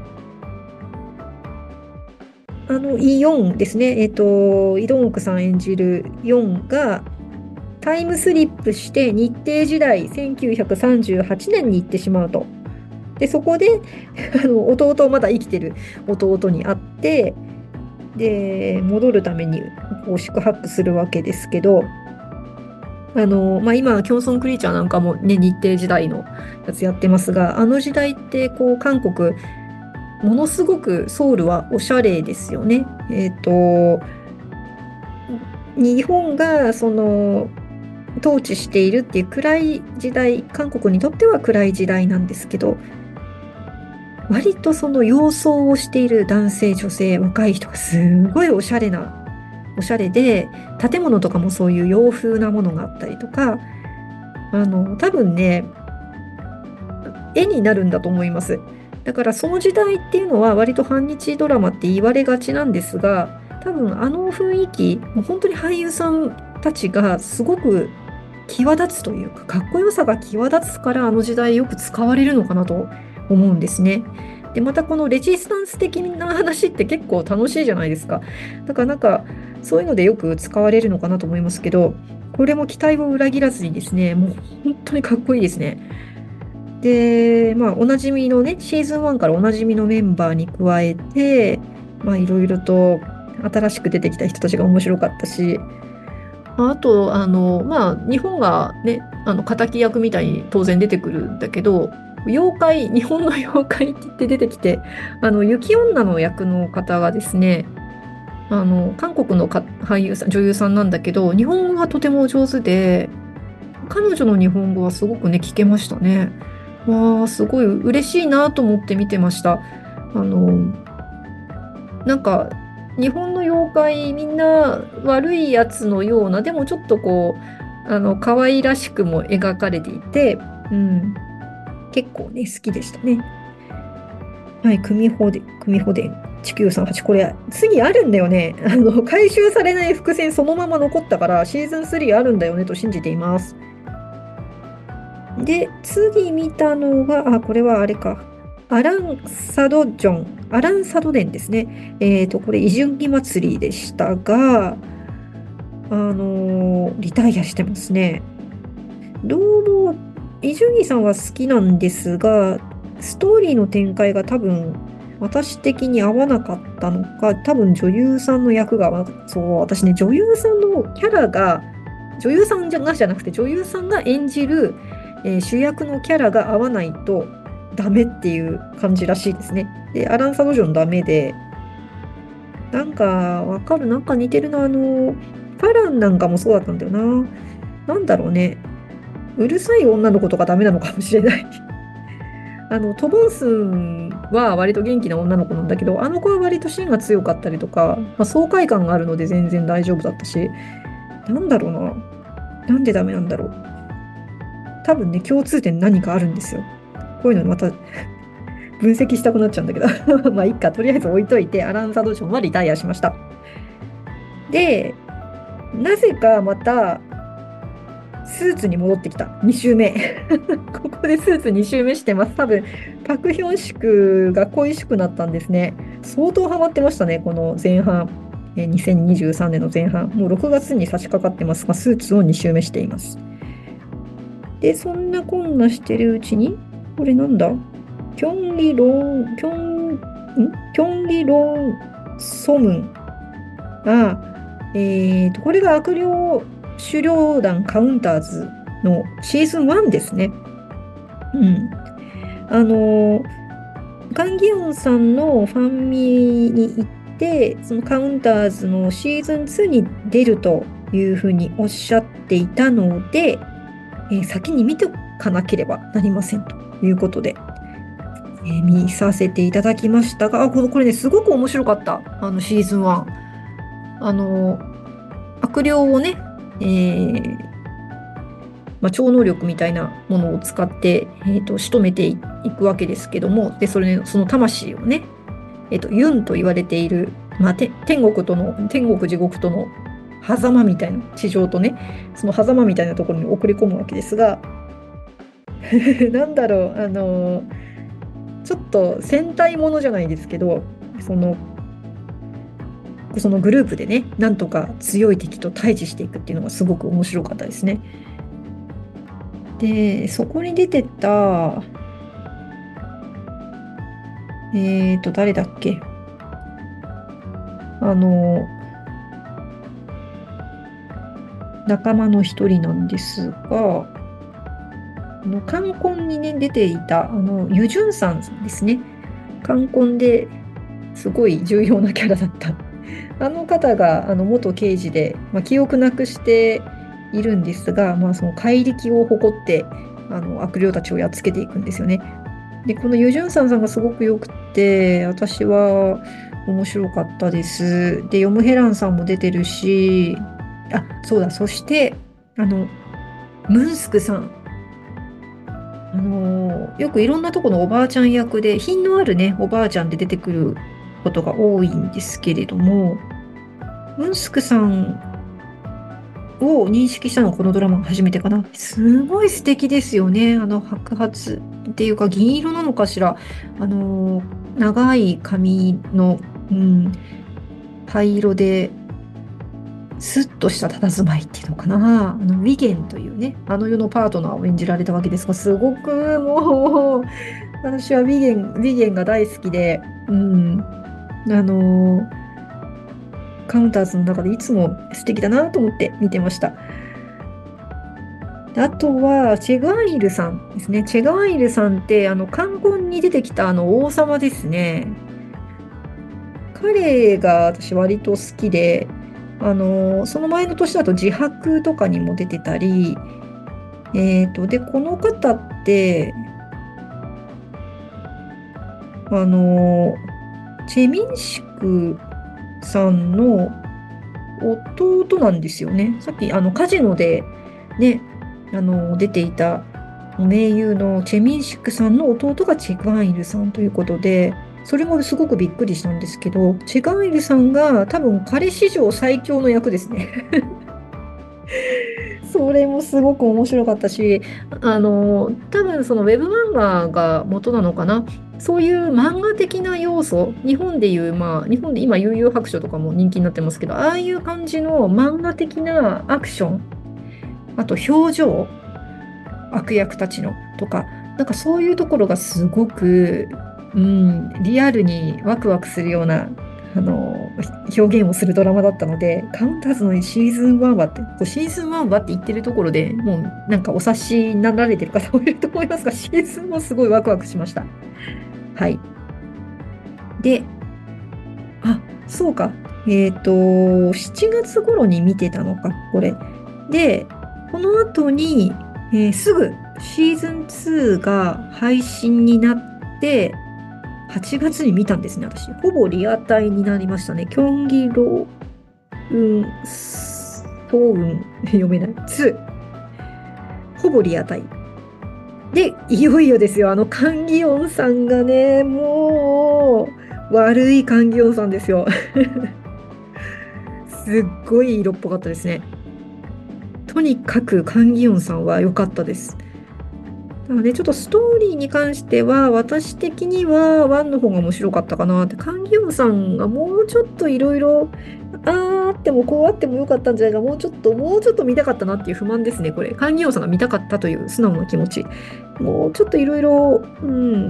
あの、イ・ヨンですね。えっと、イ・ドンクさん演じるヨンがタイムスリップして日程時代せんきゅうひゃくさんじゅうはちねんに行ってしまうと。で、そこであの弟、まだ生きてる弟に会って、で、戻るためにこう宿泊するわけですけど、あの、まあ、今、キョンソン・クリーチャーなんかもね、日程時代のやつやってますが、あの時代ってこう韓国、ものすごくソウルはおしゃれですよね。えっと、日本がその統治しているっていう暗い時代、韓国にとっては暗い時代なんですけど、割とその洋装をしている男性、女性、若い人がすごいおしゃれな、おしゃれで、建物とかもそういう洋風なものがあったりとか、あの、多分ね、絵になるんだと思います。だからその時代っていうのは割と反日ドラマって言われがちなんですが、多分あの雰囲気、もう本当に俳優さんたちがすごく際立つというか、かっこよさが際立つからあの時代よく使われるのかなと思うんですね。で、またこのレジスタンス的な話って結構楽しいじゃないですか。だからなんかそういうのでよく使われるのかなと思いますけど、これも期待を裏切らずにですね、もう本当にかっこいいですね。で、まあ、おなじみのね、シーズンワンからおなじみのメンバーに加えて、まあ、いろいろと新しく出てきた人たちが面白かったし、あと、あの、まあ、日本がね、あの、敵役みたいに当然出てくるんだけど、妖怪、日本の妖怪って言って出てきて、あの、雪女の役の方がですね、あの、韓国のか俳優さん、女優さんなんだけど、日本語がとても上手で、 彼女の日本語はすごくね、聞けましたね。わあ、すごい嬉しいなと思って見てました。あの、なんか、日本の妖怪、みんな悪いやつのような、でもちょっとこう、あの、可愛らしくも描かれていて、うん、結構ね、好きでしたね。はい、組穂で、組穂伝、地球さんはち、これ、次あるんだよね。あの、回収されない伏線そのまま残ったから、シーズンスリーあるんだよねと信じています。で、次見たのが、あ、これはあれか。アラン・サドジョン、アラン・サドデンですね。えっと、これ、イジュンギ祭りでしたが、あのーリタイアしてますね。どうも、イジュンギさんは好きなんですが、ストーリーの展開が多分、私的に合わなかったのか、多分女優さんの役が合わなかった。そう、私ね、女優さんのキャラが、女優さんじゃがじゃなくて、女優さんが演じる、えー主役のキャラが合わないとダメっていう感じらしいですね。で、アラン・サドジョンダメで、なんか、わかる、なんか似てるな、あの、ファランなんかもそうだったんだよな。なんだろうね。うるさい女の子とかダメなのかもしれない。あの、トボンスンは割と元気な女の子なんだけど、あの子は割と芯が強かったりとか、まあ、爽快感があるので全然大丈夫だったし、なんだろうな。なんでダメなんだろう。多分ね、共通点何かあるんですよ。こういうのまた分析したくなっちゃうんだけど。まあ、いっか。とりあえず置いといて、アラン・サドションはリタイアしました。で、なぜかまた、スーツに戻ってきた。に週目。ここでスーツに週目してます。多分、パクヒョンシクが恋しくなったんですね。相当ハマってましたね、この前半。えーにせんにじゅうさんねんの前半。もうろくがつに差し掛かってますが、スーツをに週目しています。で、そんなこんなしてるうちに、これなんだキョンリロン、キョン、んキョンリロンソムン。あ、えーと、これが悪霊狩猟団カウンターズのシーズンワンですね。うん。あの、カンギヨンさんのファンミに行って、そのカウンターズのシーズンツーに出るというふうにおっしゃっていたので、えー先に見ておかなければなりませんということで、えー見させていただきましたが、あ、これ、これね、すごく面白かった。あの、シーズンワン。あの、悪霊をね、えーまあ、超能力みたいなものを使って、えーと、仕留めていくわけですけども、で、それね、その魂をね、えーと、ユンと言われている、まあ、て天国との、天国地獄との狭間みたいな、地上とね、その狭間みたいなところに送り込むわけですが、なんだろう、あのーちょっと戦隊ものじゃないですけど、その、そのグループでね、なんとか強い敵と対峙していくっていうのがすごく面白かったですね。で、そこに出てた、えーと、誰だっけあの、仲間の一人なんですが、あの、冠婚にね、出ていた、あの、ユジュンさんですね。冠婚ですごい重要なキャラだった。あの方が、あの、元刑事で、まあ、記憶なくしているんですが、まあ、その怪力を誇って、あの、悪霊たちをやっつけていくんですよね。で、このユジュンさんさんがすごく良くて、私は面白かったです。で、ヨムヘランさんも出てるし、あ、そうだ、そして、あの、ムンスクさん。あのよくいろんなとこのおばあちゃん役で、品のあるね、おばあちゃんで出てくることが多いんですけれども、ムンスクさんを認識したのはこのドラマが初めてかな。すごい素敵ですよね。あの白髪っていうか銀色なのかしら。あの、長い髪の、うん、灰色で、スッとした佇まいっていうのかな。あの、ウィゲンというね、あの世のパートナーを演じられたわけですが、すごくもう、私はウィゲン、ウィゲンが大好きで、うん、あの、カウンターズの中でいつも素敵だなと思って見てました。あとは、チェグアイルさんですね。チェグアイルさんって、あの、冠婚に出てきたあの王様ですね。彼が私割と好きで、あの、その前の年だと自白とかにも出てたり、 えっと、で、この方って、あの、チェミンシクさんの弟なんですよね。さっき、あの、カジノでね、あの、出ていた名優のチェミンシクさんの弟がチェガンイルさんということで、それもすごくびっくりしたんですけど、チェガンイルさんが多分彼史上最強の役ですね。それもすごく面白かったし、あの、多分そのウェブ漫画が元なのかな。そういう漫画的な要素、日本でいう、まあ、日本で今、悠々白書とかも人気になってますけど、ああいう感じの漫画的なアクション、あと表情、悪役たちのとか、なんかそういうところがすごく、うん、リアルにワクワクするような、あの、表現をするドラマだったので、カウンターズのシーズンワンはって、こうシーズンワンはって言ってるところでもうなんかお察しになられてる方もいると思いますが、シーズンもすごいワクワクしました。はい。で、あ、そうか。えっと、しちがつ頃に見てたのか、これ。で、この後に、えーすぐシーズンツーが配信になって、はちがつに見たんですね、私。ほぼリアタイになりましたね。キョンギロウン、ソウン、読めない。ツー。ほぼリアタイ。で、いよいよですよ。あの、カンギヨンさんがね、もう、悪いカンギヨンさんですよ。すっごい色っぽかったですね。とにかくカンギヨンさんは良かったです。なので、ちょっとストーリーに関しては、私的にはワンの方が面白かったかなって。カンギヨンさんがもうちょっといろいろ、あーあってもこうあってもよかったんじゃないか、もうちょっと、もうちょっと見たかったなっていう不満ですね、これ。カンギヨンさんが見たかったという素直な気持ち。もうちょっといろいろ、うん、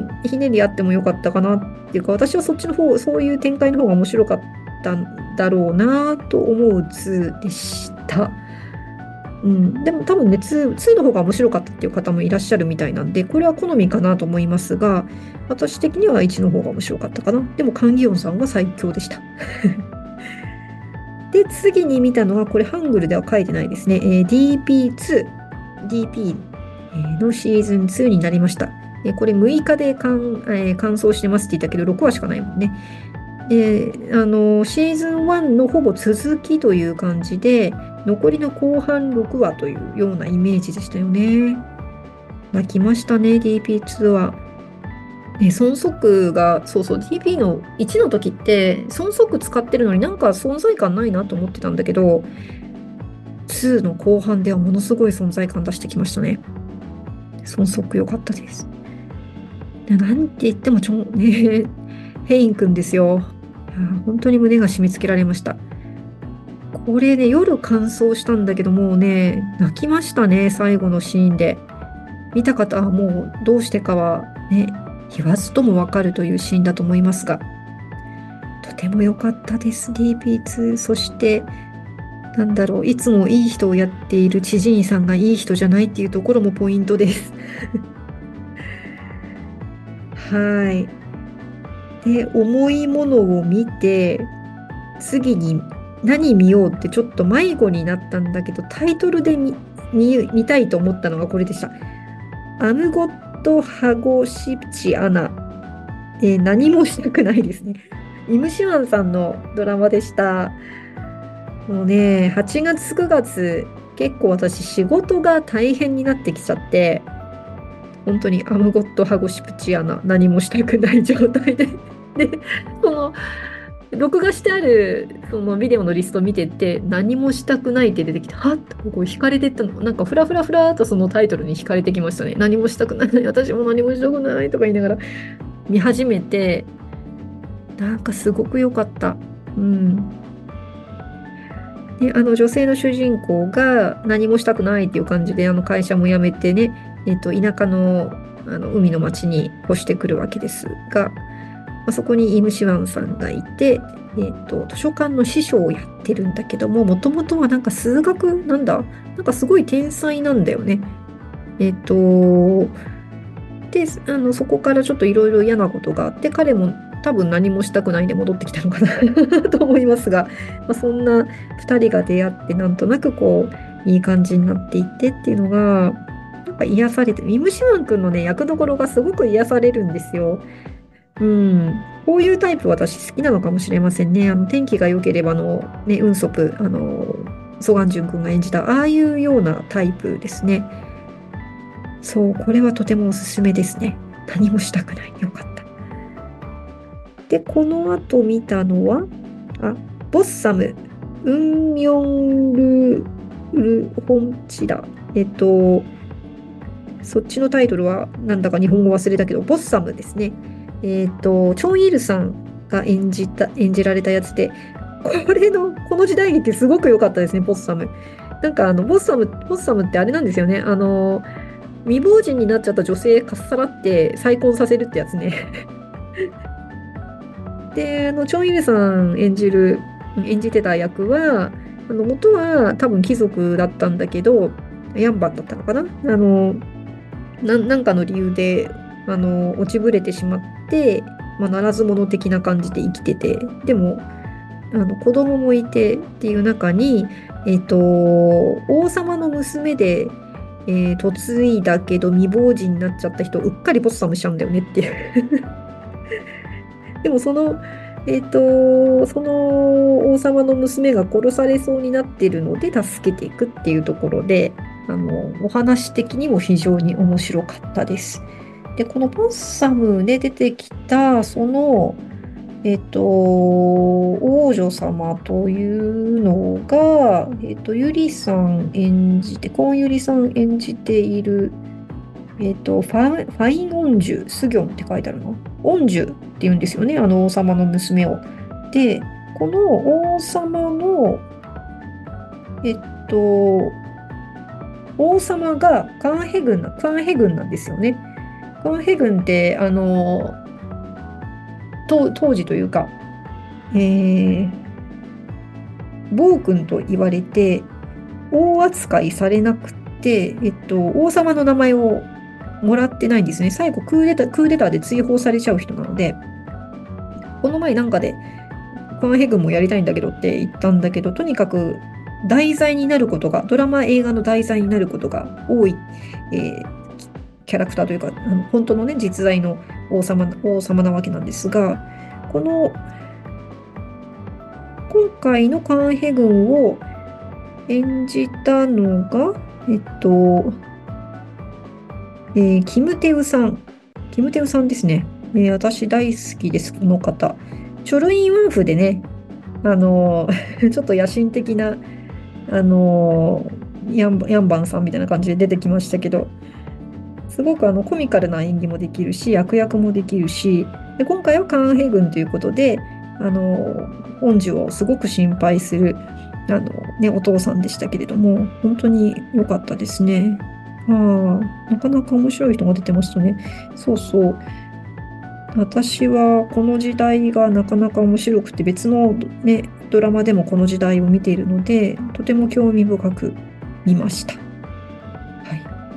ひねりあってもよかったかなっていうか、私はそっちの方、そういう展開の方が面白かったんだろうなと思う図でした。うん、でも多分ね、ツー、ツーの方が面白かったっていう方もいらっしゃるみたいなんで、これは好みかなと思いますが、私的にはワンの方が面白かったかな。でも、カンギヨンさんが最強でした。で、次に見たのは、これハングルでは書いてないですね。えー ディーピーツー、ディーピー のシーズンツーになりました。えーこれむいかで完、えー完走してますって言ったけど、ろくわしかないもんね。で、あの、シーズンワンのほぼ続きという感じで、残りの後半ろくわというようなイメージでしたよね。泣きましたね、ディーピーツー は。ね、孫則が、そうそう、ディーピー のいちの時って、孫則使ってるのになんか存在感ないなと思ってたんだけど、ツーの後半ではものすごい存在感出してきましたね。孫則良かったです。でなんて言ってもちょ、ね、ヘインくんですよ。いや本当に胸が締め付けられました。これね、夜乾燥したんだけど、もうね、泣きましたね、最後のシーンで。見た方はもうどうしてかはね、言わずともわかるというシーンだと思いますが、とても良かったです、ディーピーツー。そして、なんだろう、いつもいい人をやっている知人さんがいい人じゃないっていうところもポイントです。はい。で、重いものを見て、次に何見ようってちょっと迷子になったんだけど、タイトルで見、見、見たいと思ったのがこれでした。アムゴット・ハゴシプチ・アナ。えー何もしたくないですね。イムシワンさんのドラマでした。もうね、はちがつ、くがつ、結構私仕事が大変になってきちゃって、本当にアムゴット・ハゴシプチアナ、何もしたくない状態で。で、その、録画してあるそのビデオのリスト見てて、何もしたくないって出てきて、はっとここ惹かれてったの。なんかフラフラフラーっとそのタイトルに惹かれてきましたね。何もしたくない、私も何もしたくないとか言いながら見始めて、なんかすごく良かった。うん。で、あの女性の主人公が何もしたくないっていう感じで、あの会社も辞めてね、えっと、田舎の、あの海の町に越してくるわけですが、まあ、そこにイムシワンさんがいて、えっと、図書館の司書をやってるんだけども、もともとはなんか数学、なんだ、なんかすごい天才なんだよね。えっと、で、あの、そこからちょっといろいろ嫌なことがあって、彼も多分何もしたくないで戻ってきたのかなと思いますが、まあ、そんなふたりが出会って、なんとなくこう、いい感じになっていってっていうのが、 ぱ癒されて、ミムシマン君のね、役どころがすごく癒されるんですよ。うん。こういうタイプ私好きなのかもしれませんね。あの、天気が良ければの、ね、ウンソプ、あの、ソガンジュン君が演じた、ああいうようなタイプですね。そう、これはとてもおすすめですね。何もしたくない。よかった。で、この後見たのは、あ、ボッサム、ウンミョンル、ルホンチだ。えっと、そっちのタイトルはなんだか日本語忘れたけど、ボッサムですね。えっと、チョン・イルさんが演じた、演じられたやつで、これの、この時代劇すごく良かったですね、ボッサム。なんかあの、ボッサム、ボッサムってあれなんですよね。あの、未亡人になっちゃった女性かっさらって再婚させるってやつね。で、あの、チョン・イルさん演じる、演じてた役は、あの、元は多分貴族だったんだけど、ヤンバンだったのかなあの、な、なんかの理由で、あの、落ちぶれてしまって、まあ、ならず者的な感じで生きてて、でも、あの、子供もいてっていう中に、えっと、王様の娘で、えー嫁いだけど未亡人になっちゃった人をうっかりポッサムしちゃうんだよねっていう。でもその、えっと、その王様の娘が殺されそうになってるので助けていくっていうところで、あの、お話的にも非常に面白かったです。で、このポッサムで出てきた、その、えっと、王女様というのが、えっと、ゆりさん演じて、コンゆりさん演じている、えっと、ファ、ファイン・オンジュ、スギョンって書いてあるの。オンジュって言うんですよね、あの王様の娘を。で、この王様の、えっと、王様がカンヘ軍な、カンヘ軍なんですよね。カンヘ軍って、あの、当当時というか、えー、暴君と言われて、大扱いされなくて、えっと、王様の名前をもらってないんですね。最後クーデター、クーデターで追放されちゃう人なので、この前なんかで、このヘグもやりたいんだけどって言ったんだけど、とにかく題材になることが、ドラマ、映画の題材になることが多い、えーキャラクターというか、あの本当のね、実在の王様、王様なわけなんですが、この、今回のカンヘ軍を演じたのが、えっと、えーキムテウさん。キムテウさんですね。えー私大好きです、この方。チョルインワンフでね、あのーちょっと野心的な、あのーヤンバ、ヤンバンさんみたいな感じで出てきましたけど、すごくあのコミカルな演技もできるし、悪役もできるし、で今回はカンヘ軍ということで、あのー、恩師をすごく心配する、あのね、お父さんでしたけれども、本当に良かったですね。ああ、なかなか面白い人が出てましたね。そうそう。私はこの時代がなかなか面白くて、別のね、ドラマでもこの時代を見ているので、とても興味深く見ました。はい。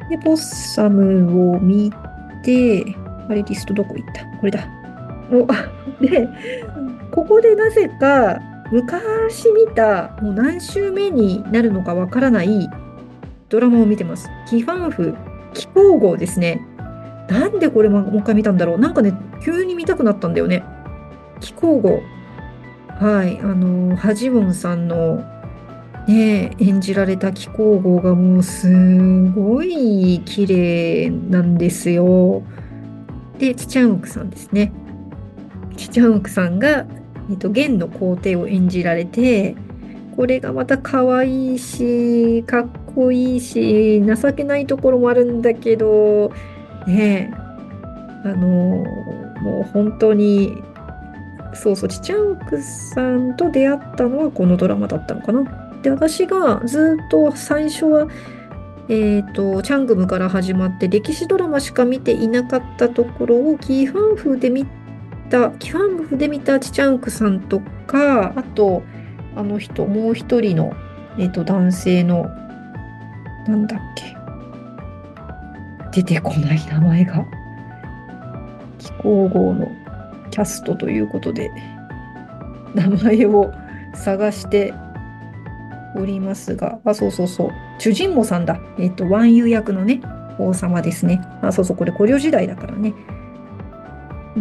で、ポッサムを見て、あれ、リストどこ行った？これだ。お、で、ここでなぜか昔見た、もう何週目になるのかわからないドラマを見てます。キファンフ、気候号ですね。なんでこれももう一回見たんだろう。なんかね、急に見たくなったんだよね。気候号。はい。あの、ハジウォンさんのね、演じられた気候号がもうすごい綺麗なんですよ。で、チチャンウクさんですね。チチャンウクさんが、えっと、元の皇帝を演じられて、これがまた可愛いし、かっこいいし、情けないところもあるんだけど、ねえ、あの、もう本当に、そうそう、チチャンクさんと出会ったのはこのドラマだったのかな。で、私がずっと最初は、えっと、チャングムから始まって歴史ドラマしか見ていなかったところをキーファンフで見た、キーファンフで見たチチャンクさんとか、あと、あの人、もう一人の、えっと、男性の、なんだっけ、出てこない名前が、気候号のキャストということで、名前を探しておりますが、あ、そうそうそう。主人母さんだ。えっと、万有役のね、王様ですね。あ、そうそう、これ古領時代だからね。うん、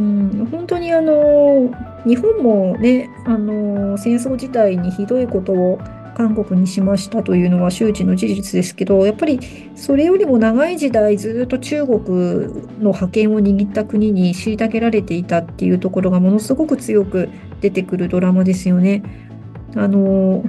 本当にあの、日本もね、あの、戦争時代にひどいことを韓国にしましたというのは周知の事実ですけど、やっぱりそれよりも長い時代ずっと中国の覇権を握った国に虐げられていたっていうところがものすごく強く出てくるドラマですよね。あの、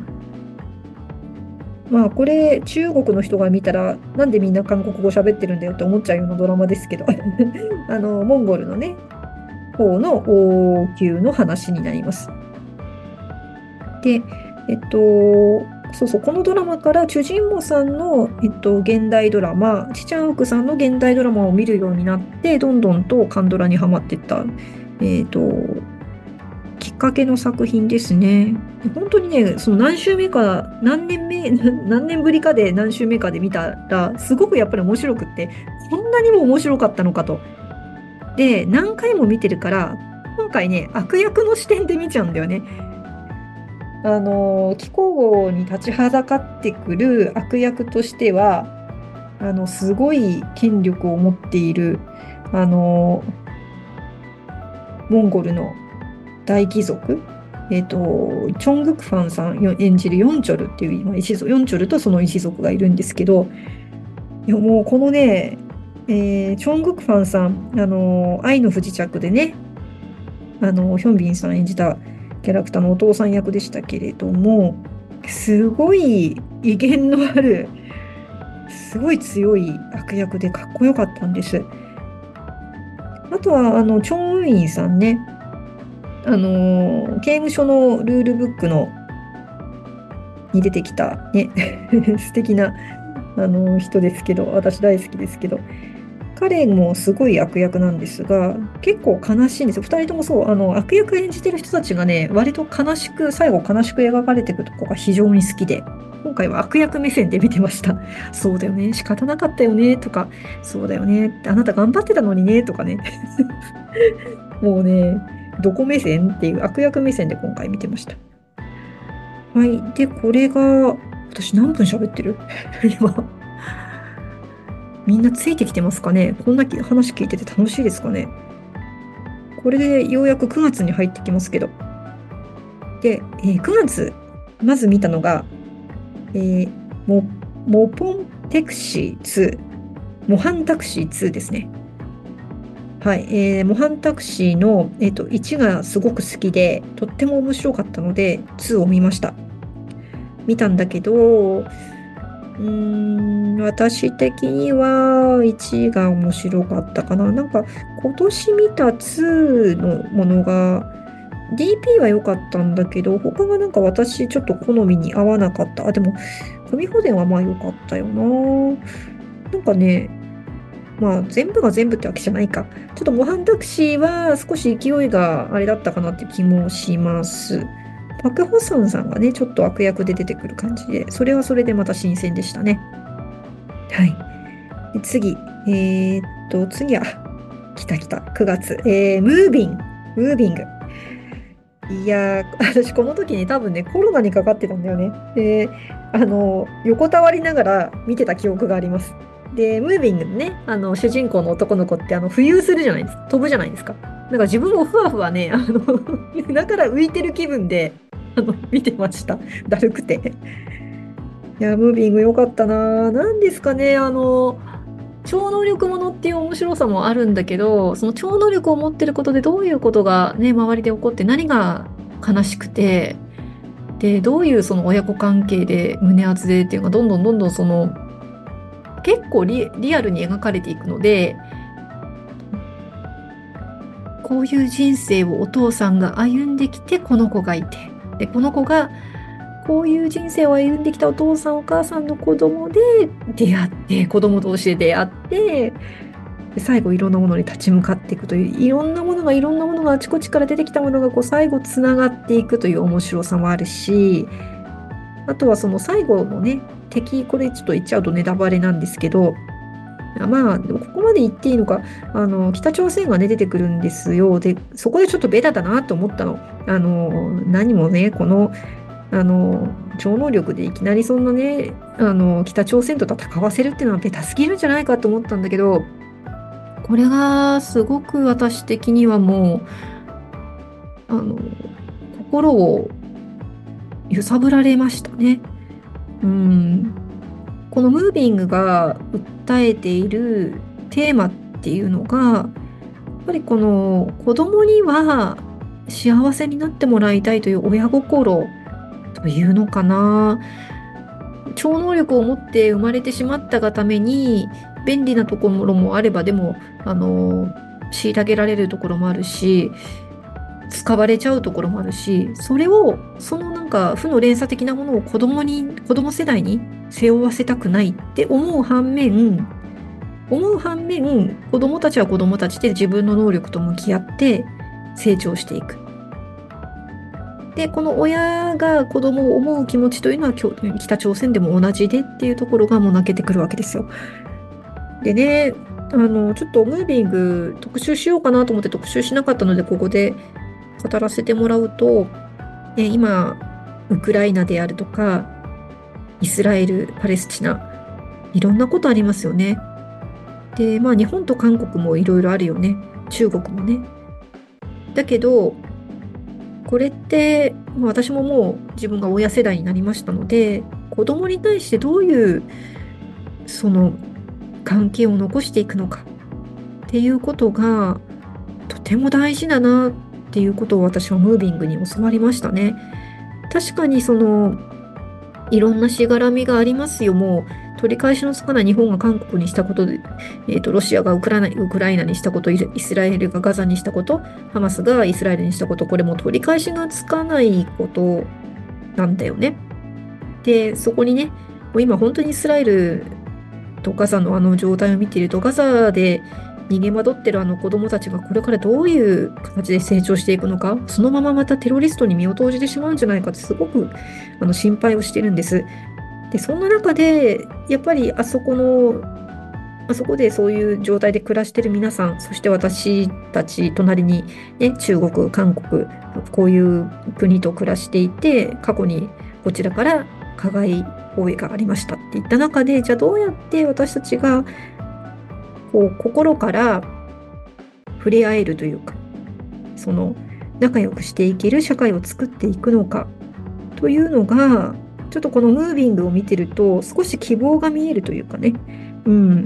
まあこれ中国の人が見たらなんでみんな韓国語喋ってるんだよって思っちゃうようなドラマですけどあのモンゴルのね方の王宮の話になります。で、えっと、そうそう、このドラマからチュジンモさんの、えっと、現代ドラマ、チチャンウクさんの現代ドラマを見るようになって、どんどんとカンドラにはまっていった、えっと、きっかけの作品ですね。本当にね、その何週目か、何年目、何年ぶりかで何週目かで見たら、すごくやっぱり面白くって、こんなにも面白かったのかと。で、何回も見てるから、今回ね、悪役の視点で見ちゃうんだよね。あの、気候に立ちはだかってくる悪役としては、あの、すごい権力を持っている、あの、モンゴルの大貴族、えっと、チョングクファンさんよ演じるヨンチョルっていう、まあ一族、ヨンチョルとその一族がいるんですけど、いやもうこのね、えーチョングクファンさん、あの、愛の不時着でね、あの、ヒョンビンさん演じたキャラクターのお父さん役でしたけれども、すごい威厳のある、すごい強い悪役でかっこよかったんです。あとは、あの、チョン・ウンインさんね、あの、刑務所のルールブックのに出てきたね、素敵な、あの、人ですけど、私大好きですけど、彼もすごい悪役なんですが、結構悲しいんですよ。二人ともそう、あの、悪役演じてる人たちがね、割と悲しく、最後悲しく描かれていくとこが非常に好きで、今回は悪役目線で見てました。そうだよね、仕方なかったよね、とか、そうだよね、あなた頑張ってたのにね、とかね。もうね、どこ目線っていう悪役目線で今回見てました。はい。で、これが、私何分喋ってる今。みんなついてきてますかね。こんな話聞いてて楽しいですかね。これでようやくくがつに入ってきますけど。で、えーくがつ、まず見たのが、えーモ、モポンテクシーツー、モハンタクシーツーですね。はい、えーモハンタクシーの、えーと、いちがすごく好きで、とっても面白かったので、ツーを見ました。見たんだけど、うーん、私的にはいちが面白かったかな。なんか今年見たツーのものが ディーピー は良かったんだけど、他がなんか私ちょっと好みに合わなかった。あ、でも、組保伝はまあ良かったよな。なんかね、まあ全部が全部ってわけじゃないか。ちょっと模範タクシーは少し勢いがあれだったかなって気もします。パク・ホソンさんがね、ちょっと悪役で出てくる感じで、それはそれでまた新鮮でしたね。はい。で次、えーっと、次は、来た来た、くがつ、えー、ムービング、ムービング。いやー、私この時に多分ね、コロナにかかってたんだよね。で、あの、横たわりながら見てた記憶があります。で、ムービングのね、あの、主人公の男の子って、あの、浮遊するじゃないですか。飛ぶじゃないですか。だから自分もふわふわね、あの、だから浮いてる気分で、あの、見てました。だるくて。いや、ムービング良かったな。なんですかね、あの、超能力ものっていう面白さもあるんだけど、その超能力を持ってることでどういうことがね、周りで起こって何が悲しくて、で、どういうその親子関係で胸熱でっていうのがどんどんどんどんその結構リ、リアルに描かれていくので、こういう人生をお父さんが歩んできてこの子がいて、で、この子がこういう人生を歩んできたお父さんお母さんの子供で出会って、子供同士で出会って、で最後いろんなものに立ち向かっていくという、いろんなものがいろんなものがあちこちから出てきたものがこう最後つながっていくという面白さもあるし、あとはその最後のね、敵、これちょっと言っちゃうとネタバレなんですけど、まあ、でもここまで言っていいのか、あの、北朝鮮がね、出てくるんですよ。で、そこでちょっとベタだなと思ったの。あの、何もね、この、あの、 超能力でいきなりそんなね、あの、北朝鮮と戦わせるっていうのはベタすぎるんじゃないかと思ったんだけど、これがすごく私的にはもう、あの、心を揺さぶられましたね。うん。このムービングが訴えているテーマっていうのが、やっぱりこの子供には幸せになってもらいたいという親心というのかな。超能力を持って生まれてしまったがために便利なところもあれば、でもあの虐げられるところもあるし、使われちゃうところもあるし、それをそのなんか負の連鎖的なものを子供に子供世代に背負わせたくないって思う反面思う反面子供たちは子供たちで自分の能力と向き合って成長していく。で、この親が子供を思う気持ちというのはきょ北朝鮮でも同じでっていうところがもう泣けてくるわけですよ。でね、あの、ちょっとムービング特集しようかなと思って特集しなかったので、ここで語らせてもらうと、え今、ウクライナであるとか、イスラエル、パレスチナ、いろんなことありますよね。で、まあ日本と韓国もいろいろあるよね。中国もね。だけど、これって、まあ私ももう自分が親世代になりましたので、子供に対してどういうその関係を残していくのかっていうことがとても大事だなっていうことを私はムービングに教わりましたね。確かにそのいろんなしがらみがありますよ。もう取り返しのつかない日本が韓国にしたことで、えーと、ロシアがウクライナ、ウクライナにしたこと、イスラエルがガザにしたこと、ハマスがイスラエルにしたこと、これも取り返しがつかないことなんだよね。で、そこにね、もう今本当にイスラエルとガザのあの状態を見ていると、ガザで逃げ惑ってるあの子供たちがこれからどういう形で成長していくのか、そのまままたテロリストに身を投じてしまうんじゃないかってすごくあの心配をしてるんです。で、そんな中で、やっぱりあそこの、あそこでそういう状態で暮らしてる皆さん、そして私たち隣に、ね、中国、韓国、こういう国と暮らしていて、過去にこちらから加害行為がありましたっていった中で、じゃあどうやって私たちがこう心から触れ合えるというか、その仲良くしていける社会を作っていくのかというのが、ちょっとこのムービングを見てると少し希望が見えるというかね、うん、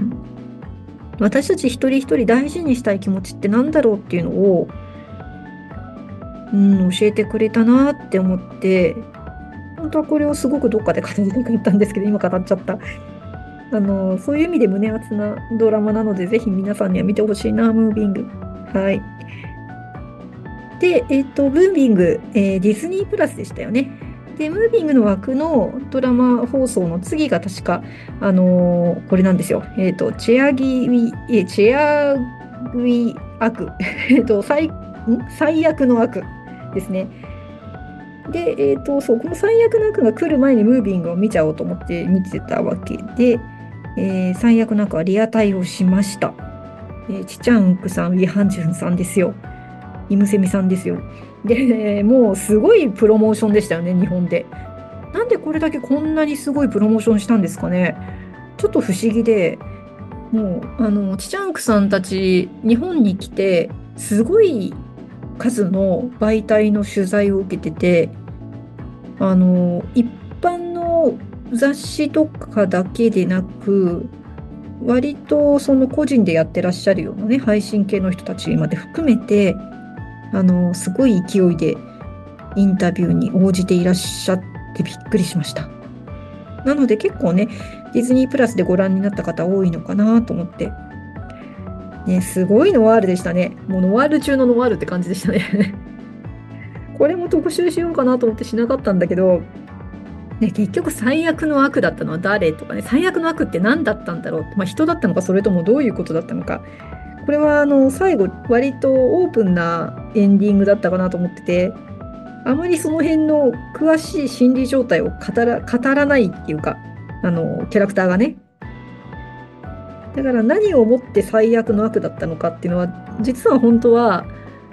私たち一人一人大事にしたい気持ちって何だろうっていうのを、うん、教えてくれたなって思って、本当はこれをすごくどっかで語りたかったんですけど、今語っちゃった。あの、そういう意味で胸熱なドラマなので、ぜひ皆さんには見てほしいな、ムービング。はい。で、えっと、ムービング、えーディズニープラスでしたよね。で、ムービングの枠のドラマ放送の次が確か、あのーこれなんですよ。えっと、チェアギウィ、え、チェアグイ悪。えっと、最、ん最悪の悪ですね。で、えっと、そう、この最悪の悪が来る前にムービングを見ちゃおうと思って見てたわけで、えー最悪の悪はリアタイをしました。えーチチャンウクさん、ウィハンジュンさんですよ。イムセミさんですよ。で、もうすごいプロモーションでしたよね、日本で。なんでこれだけこんなにすごいプロモーションしたんですかね。ちょっと不思議で、もう、あの、チチャンクさんたち、日本に来て、すごい数の媒体の取材を受けてて、あの、一般の雑誌とかだけでなく、割とその個人でやってらっしゃるようなね、配信系の人たちまで含めて、あの、すごい勢いでインタビューに応じていらっしゃってびっくりしました。なので結構ね、ディズニープラスでご覧になった方多いのかなと思って。ね、すごいノワールでしたね。もうノワール中のノワールって感じでしたね。これも特集しようかなと思ってしなかったんだけど、ね、結局最悪の悪だったのは誰とかね、最悪の悪って何だったんだろうって、まあ、人だったのかそれともどういうことだったのか。これはあの最後割とオープンなエンディングだったかなと思ってて、あまりその辺の詳しい心理状態を語ら、語らないっていうか、あのキャラクターがね。だから何をもって最悪の悪だったのかっていうのは、実は本当は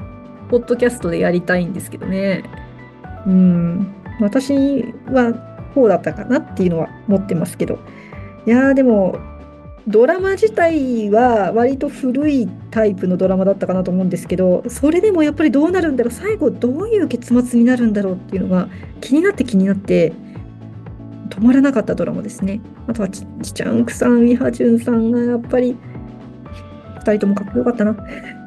ポッドキャストでやりたいんですけどね。うん、私は方だったかなっていうのは思ってますけど。いやーでも、ドラマ自体は割と古いタイプのドラマだったかなと思うんですけど、それでもやっぱりどうなるんだろう、最後どういう結末になるんだろうっていうのが気になって気になって止まらなかったドラマですね。あとはち、ちちゃんくさん、ウィハチュンさんがやっぱりふたりともかっこよかったな。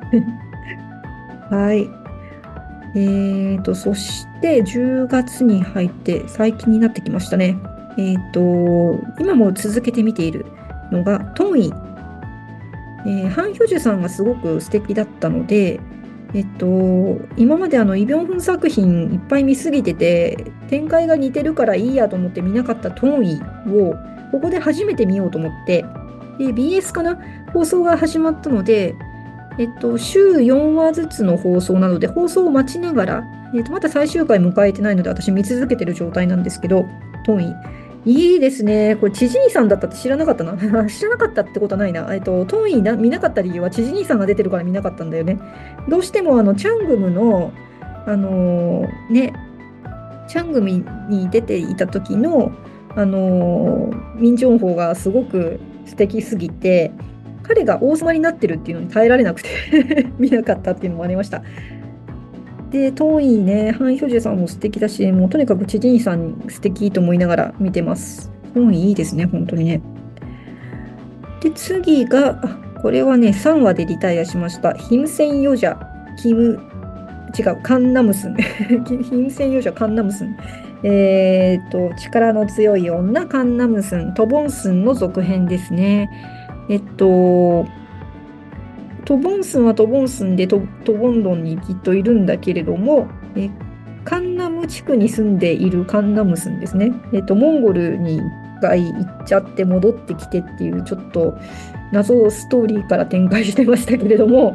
はい。えーと、そしてじゅうがつに入って最近になってきましたね。えーと、今も続けて見ているのが、トンイ。えー、ハン・ヒョジュさんがすごく素敵だったので、えっと、今まであのイ・ビョンフン作品いっぱい見すぎてて、展開が似てるからいいやと思って見なかったトンイを、ここで初めて見ようと思って、で、ビーエス かな放送が始まったので、えっと、週よんわずつの放送なので、放送を待ちながら、えっと、まだ最終回迎えてないので、私見続けてる状態なんですけど、トンイ。いいですね。これ、チジニさんだったって知らなかったな。知らなかったってことはないな。えっと、トンイな見なかった理由は、チジニさんが出てるから見なかったんだよね。どうしても、あの、チャングムの、あのーね、チャングムに出ていた時の、あのーミン・ジョンホがすごく素敵すぎて、彼が王様になってるっていうのに耐えられなくて見なかったっていうのもありました。で、トンイね、ハン・ヒョジェさんも素敵だし、もうとにかくチジンさん素敵と思いながら見てます。トンイいいですね、本当にね。で、次が、あこれはね、さんわでリタイアしました。ヒムセンヨジャ、キム、違う、カンナムスン。ヒムセンヨジャ、カンナムスン。えっと、力の強い女、カンナムスン、トボンスンの続編ですね。えっと、トボンスンはトボンスンでト、トボンドンにきっといるんだけれども、えカンナム地区に住んでいるカンナムスンですね。えっと、モンゴルに一回行っちゃって戻ってきてっていうちょっと謎ストーリーから展開してましたけれども、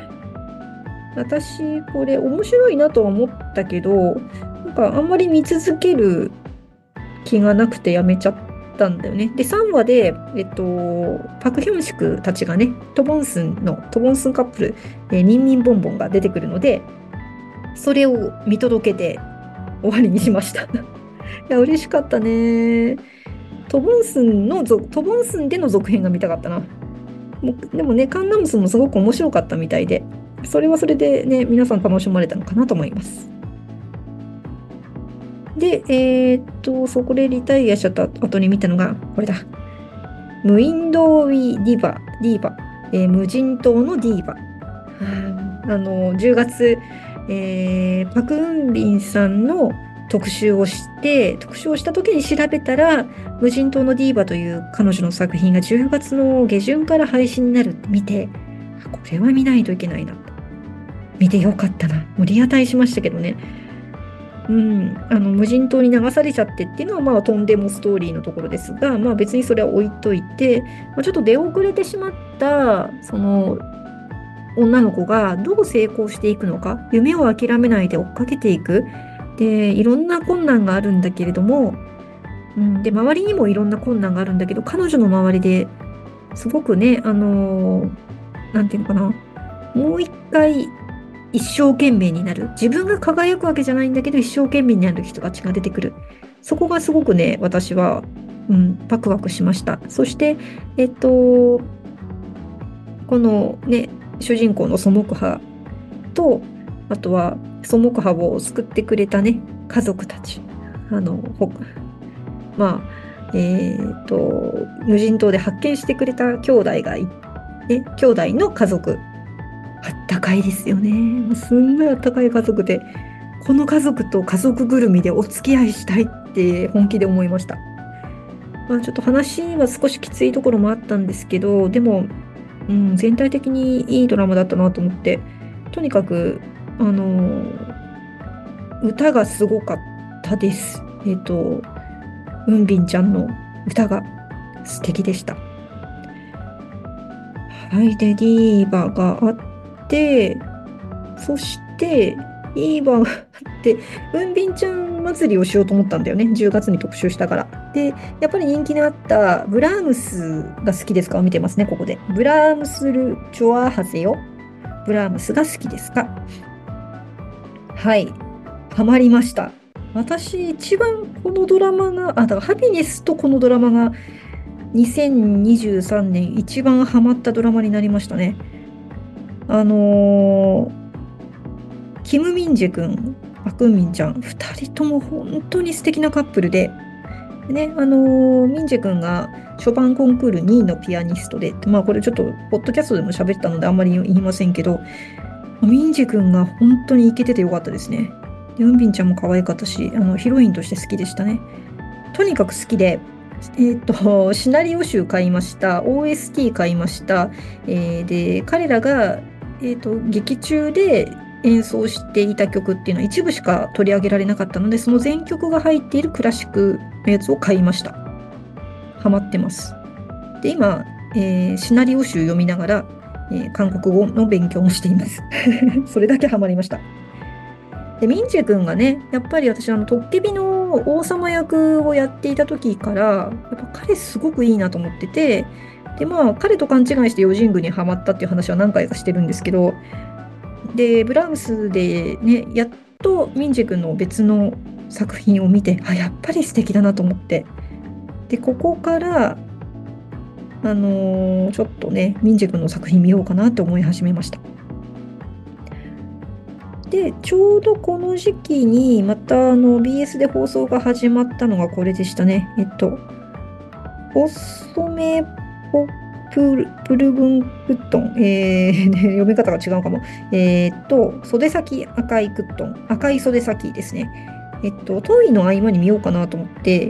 私これ面白いなとは思ったけど、なんかあんまり見続ける気がなくてやめちゃったんだよね。で、さんわで、えっと、パク・ヒョンシクたちがね、トボンスンの、トボンスンカップル、えーミンミンボンボンが出てくるので、それを見届けて終わりにしました。いや、嬉しかったね。トボンスンの続、トボンスンでの続編が見たかったな。もうでもね、カンナムスンもすごく面白かったみたいで、それはそれでね、皆さん楽しまれたのかなと思います。で、えーっと、そこでリタイアしちゃった後に見たのが、これだ。無インドウィディバ、ディーバ、えー無人島のディーバ。あの、じゅうがつ、えーパク・ウンビンさんの特集をして、特集をした時に調べたら、無人島のディーバという彼女の作品がじゅうがつの下旬から配信になるって見て、あこれは見ないといけないな。見てよかったな。もうリアタイしましたけどね。うん、あの無人島に流されちゃってっていうのはまあとんでもストーリーのところですが、まあ、別にそれは置いといて、まあ、ちょっと出遅れてしまったその女の子がどう成功していくのか、夢を諦めないで追っかけていく。で、いろんな困難があるんだけれども、うん、で周りにもいろんな困難があるんだけど、彼女の周りですごくね、あのーなんていうのかな、もう一回一生懸命になる。自分が輝くわけじゃないんだけど、一生懸命になる人たちが出てくる。そこがすごくね、私は、うん、ワクワクしました。そして、えっと、このね、主人公のソモクハと、あとは、ソモクハを救ってくれたね、家族たち。あの、ほまあ、えっと、無人島で発見してくれた兄弟がい、ね、兄弟の家族。あったかいですよね。もうすんごいあったかい家族で、この家族と家族ぐるみでお付き合いしたいって本気で思いました。まあ、ちょっと話は少しきついところもあったんですけど、でも、うん、全体的にいいドラマだったなと思って、とにかく、あの、歌がすごかったです。えっと、ウンビンちゃんの歌が素敵でした。はい、で、ディーバがあって、そして、イーバーがあって、ウンビンちゃん祭りをしようと思ったんだよね。じゅうがつに特集したから。で、やっぱり人気のあったブラームスが好きですかを見てますね、ここで。ブラームスル・チョアハセヨ。ブラームスが好きですか。はい。ハマりました。 私一番このドラマが、あ、だからハピネスとこのドラマがにせんにじゅうさんねん一番ハマったドラマになりましたね。あのーキム・ミンジェ君、パクンミンちゃん、ふたりとも本当に素敵なカップルで、でね、あのーミンジェ君がショパンコンクールにいのピアニストで、まあこれちょっとポッドキャストでも喋ったのであんまり言いませんけど、ミンジェ君が本当にイケててよかったですね。で、ウンビンちゃんも可愛かったし、あのヒロインとして好きでしたね。とにかく好きで、えっと、シナリオ集買いました、オーエスティー 買いました、えーで、彼らが、えっと、劇中で演奏していた曲っていうのは一部しか取り上げられなかったので、その全曲が入っているクラシックのやつを買いました。ハマってます。で、今、えーシナリオ集読みながら、えー韓国語の勉強もしています。それだけハマりました。で、ミンジェ君がね、やっぱり私、あの、トッケビの王様役をやっていた時から、やっぱ彼すごくいいなと思ってて、で、まあ、彼と勘違いしてヨジングにハマったっていう話は何回かしてるんですけど、で、ブラームスでね、やっとミンジェ君の別の作品を見て、あ、やっぱり素敵だなと思って、で、ここから、あのーちょっとね、ミンジェ君の作品見ようかなと思い始めました。で、ちょうどこの時期に、またあの ビーエス で放送が始まったのがこれでしたね。えっと、オッソメポプルプルグンクットン、えーね読み方が違うかも。えーっと、袖先赤いクットン、赤い袖先ですね。えっと、トイの合間に見ようかなと思って、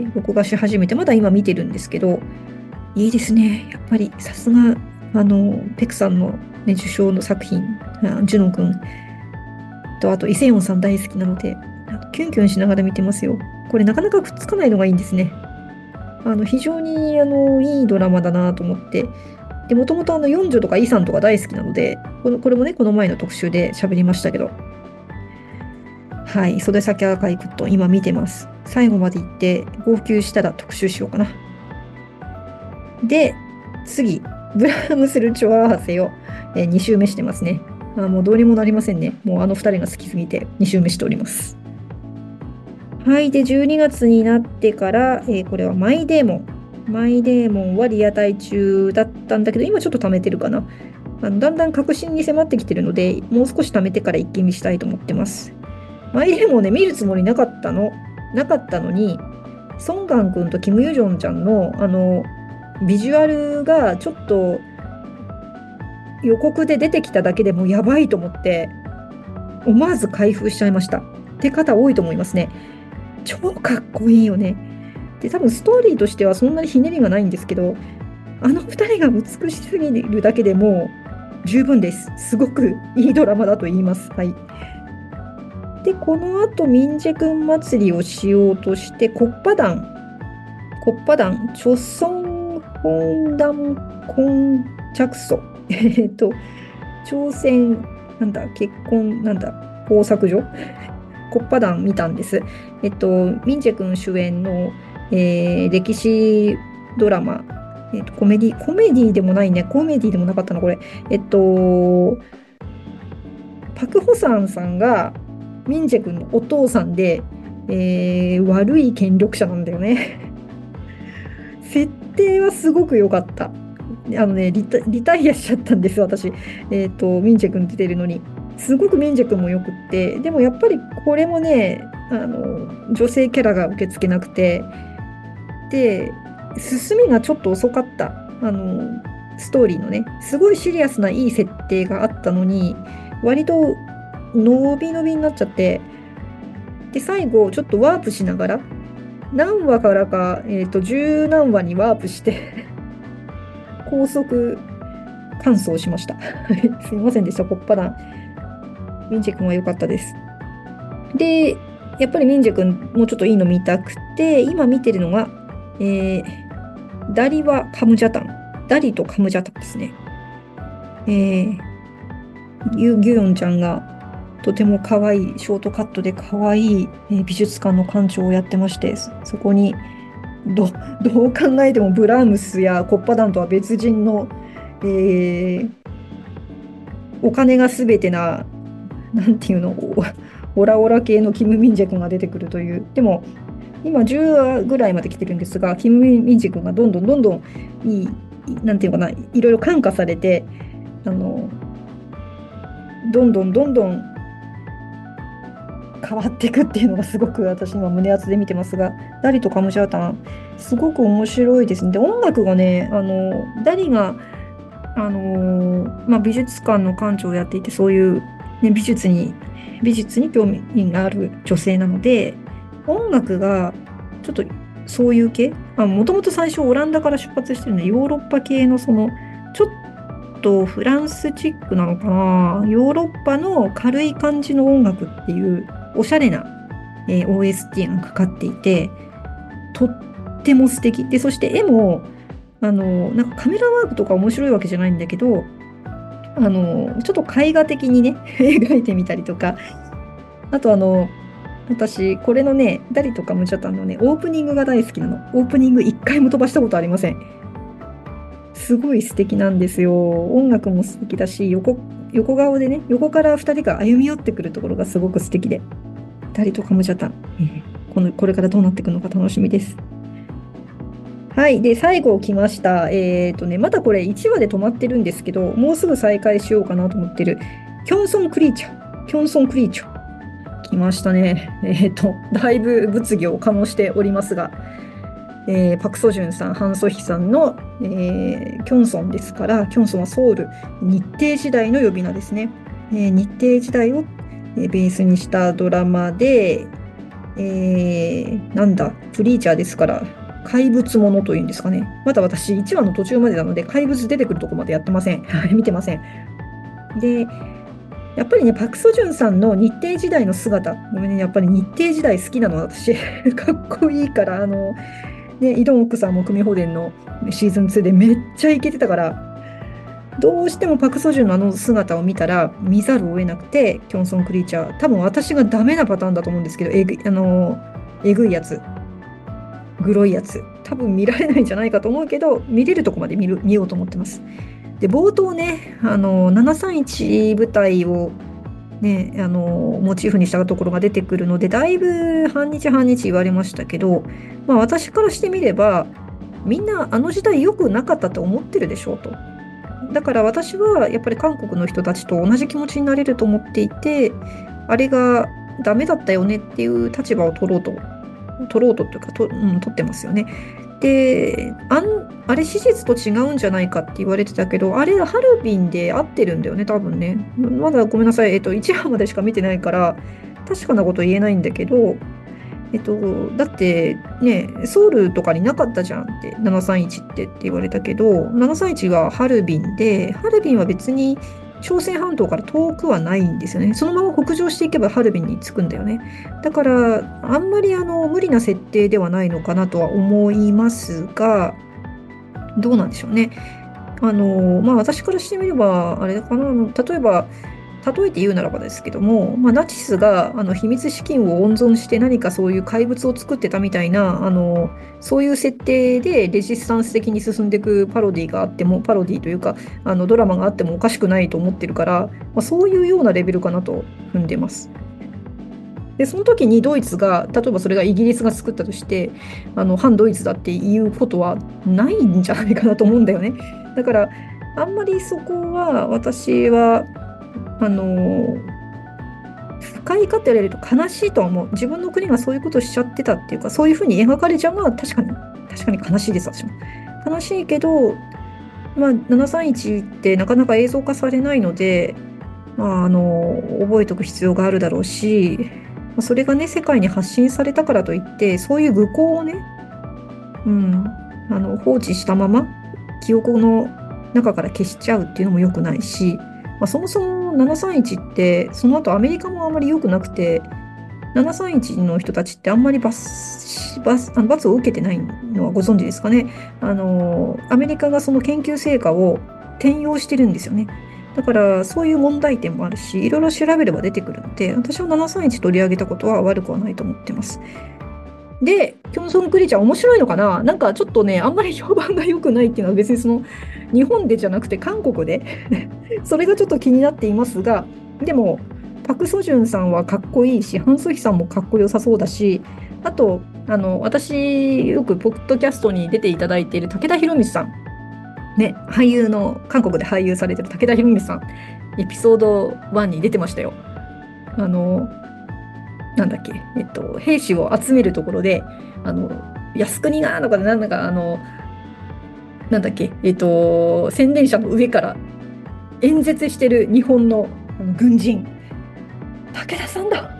録画し始めて、まだ今見てるんですけど、いいですね。やっぱりさすが、あの、ペクさんの、ね、受賞の作品、あジュノ君と、あとイ・セヨンさん大好きなので、あのキュンキュンしながら見てますよ。これなかなかくっつかないのがいいんですね。あの、非常に、あの、いいドラマだなと思って。で、もともとあの、ヨンジョとかイさんとか大好きなので、この、これもね、この前の特集で喋りましたけど、はい、袖先赤いクットン、今見てます。最後まで行って、号泣したら特集しようかな。で、次、ブラームスルチョアーセを、えー、に周目してますね。あ、もうどうにもなりませんね。もうあのふたりが好きすぎてに周目しております。はい。で、じゅうにがつになってから、えーこれはマイデーモン。マイデーモンはリアタイ中だったんだけど、今ちょっと貯めてるかな。あのだんだん確信に迫ってきてるので、もう少し貯めてから一気見したいと思ってます。マイデーモンね、見るつもりなかったの。なかったのに、ソンガン君とキム・ユジョンちゃんの、あの、ビジュアルがちょっと予告で出てきただけでもうやばいと思って、思わず開封しちゃいました。って方多いと思いますね。超かっこいいよね。で、多分ストーリーとしてはそんなにひねりがないんですけど、あの二人が美しすぎるだけでもう十分です。すごくいいドラマだと言います。はい。で、この後、民ジェ君祭りをしようとして、コッパ団、コッパ団、チョソンホンダンコンチャクソ。えっと、朝鮮、なんだ、結婚、なんだ、工作所コッパ団見たんです。えっと、ミンジェ君主演の、えー歴史ドラマ、えっと、コメディ、コメディでもないね、コメディでもなかったな、これ。えっと、パク・ホサンさんがミンジェ君のお父さんで、えー悪い権力者なんだよね。設定はすごく良かった。あのね、リタ、リタイアしちゃったんです、私。えっと、ミンジェ君出てるのに。すごくミンジェ君もよくって、でもやっぱりこれもね、あの、女性キャラが受け付けなくて、で、進みがちょっと遅かった。あの、ストーリーのね、すごいシリアスないい設定があったのに、割と伸び伸びになっちゃって、で、最後、ちょっとワープしながら、何話からか、えっと、十何話にワープして高速完走しました。はいすいませんでした、コッパ団。ミンジェ君は良かったです。で、やっぱりミンジェ君もうちょっといいの見たくて、今見てるのが、えーダリはカムジャタン。ダリとカムジャタンですね。えー、ユ・ギュヨンちゃんがとても可愛い、ショートカットで可愛い、えー美術館の館長をやってまして、そそこにど、どう考えてもブラームスやコッパ団とは別人の、えーお金が全てな、なんていうの、 オラオラ系のキム・ミンジェ君が出てくるという。でも、今じゅうわぐらいまで来てるんですが、キム・ミンジェ君がどんどんどんどんいい、なんていうのかな、いろいろ感化されて、あの、どんどんどんどん変わっていくっていうのがすごく私今胸熱で見てますが、ダリとカムジャータン、すごく面白いですね。で、音楽がね、あの、ダリが、あのまあ、美術館の館長をやっていて、そういう、ね、美術に、美術に興味がある女性なので、音楽がちょっとそういう系、もともと最初オランダから出発してるので、ヨーロッパ系のその、ちょっとフランスチックなのかな、ヨーロッパの軽い感じの音楽っていうおしゃれな、えー オーエスティー がかかっていて、とっても素敵で、そして絵もあのなんかカメラワークとか面白いわけじゃないんだけど、あのちょっと絵画的にね描いてみたりとか、あとあの私これのねダリとかムチャタンのねオープニングが大好きなの。オープニング一回も飛ばしたことありません。すごい素敵なんですよ。音楽も素敵だし、横横顔でね、横からふたりが歩み寄ってくるところがすごく素敵で、ダリとかムチャタン、えーこのこれからどうなっていくのか楽しみです。はい。で、最後来ました。えっとね、まだこれいちわで止まってるんですけど、もうすぐ再開しようかなと思ってる。キョンソンクリーチャー。キョンソンクリーチャー。来ましたね。えっと、だいぶ物議を醸しておりますが、えーパク・ソジュンさん、ハン・ソヒさんの、えーキョンソンですから、キョンソンはソウル、日帝時代の呼び名ですね。えー日帝時代をえーベースにしたドラマで、えーなんだ、クリーチャーですから、怪物ものというんですかね。まだ私、いちわの途中までなので、怪物出てくるとこまでやってません。はい、見てません。で、やっぱりね、パク・ソジュンさんの日帝時代の姿、ごめんね、やっぱり日帝時代好きなの、私。かっこいいから、あの、ね、イ・ドンオクさんも組放電のシーズンツーでめっちゃイケてたから、どうしてもパク・ソジュンのあの姿を見たら見ざるを得なくて、キョンソン・クリーチャー、多分私がダメなパターンだと思うんですけど、えぐい、あの、えぐいやつ。グロいやつ、多分見られないんじゃないかと思うけど、見れるとこまで見る、見ようと思ってます。で、冒頭ね、あの、ななさんいち部隊をね、あの、モチーフにしたところが出てくるので、だいぶ半日半日言われましたけど、まあ私からしてみれば、みんなあの時代良くなかったと思ってるでしょうと。だから私はやっぱり韓国の人たちと同じ気持ちになれると思っていて、あれがダメだったよねっていう立場を取ろうと取ろうとというかと、うん、取ってますよね。で、あん、あれ史実と違うんじゃないかって言われてたけど、あれハルビンで合ってるんだよね、多分ね。まだごめんなさい、えっと、いちわまでしか見てないから、確かなこと言えないんだけど、えっと、だってね、ソウルとかになかったじゃんって、ななさんいちってって言われたけど、ななさんいちはハルビンで、ハルビンは別に朝鮮半島から遠くはないんですよね。そのまま北上していけばハルビンに着くんだよね。だから、あんまりあの無理な設定ではないのかなとは思いますが、どうなんでしょうね。あの、まあ私からしてみれば、あれかな、あの例えば、例えて言うならばですけども、まあ、ナチスがあの秘密資金を温存して何かそういう怪物を作ってたみたいな、あのそういう設定でレジスタンス的に進んでいくパロディがあっても、パロディというかあのドラマがあってもおかしくないと思ってるから、まあ、そういうようなレベルかなと踏んでます。で、その時にドイツが、例えばそれがイギリスが作ったとして、あの反ドイツだっていうことはないんじゃないかなと思うんだよね。だから、あんまりそこは私は、あの不快かって言われると悲しいとは思う。自分の国がそういうことをしちゃってたっていうか、そういうふうに描かれちゃうのは確かに、確かに悲しいです、私も。悲しいけど、まあ、ななさんいちってなかなか映像化されないので、まあ、あの、覚えておく必要があるだろうし、まあそれがね、世界に発信されたからといって、そういう愚行をね、うん、あの、放置したまま、記憶の中から消しちゃうっていうのも良くないし、まあ、そもそもななさんいちって、その後アメリカもあまり良くなくて、ななさんいちの人たちってあんまり罰、罰、あの罰を受けてないのはご存知ですかね。あの、アメリカがその研究成果を転用してるんですよね。だからそういう問題点もあるし、いろいろ調べれば出てくるので、私はななさんいち取り上げたことは悪くはないと思ってます。で、キョンソンクリーチャー面白いのかな、なんかちょっとね、あんまり評判が良くないっていうのは別にその日本でじゃなくて韓国でそれがちょっと気になっていますが、でもパク・ソジュンさんはかっこいいし、ハン・ソヒさんもかっこよさそうだし、あと、あの、私、よくポッドキャストに出ていただいている武田博光さん、ね、俳優の、韓国で俳優されてる武田博光さん、エピソードワンに出てましたよ。あの、なんだっけ、えっと、兵士を集めるところで、あの、靖国がとかで、なんだか、あの、なんだっけ、えっと、宣伝車の上から演説してる日本の、あの軍人、武田さんだ。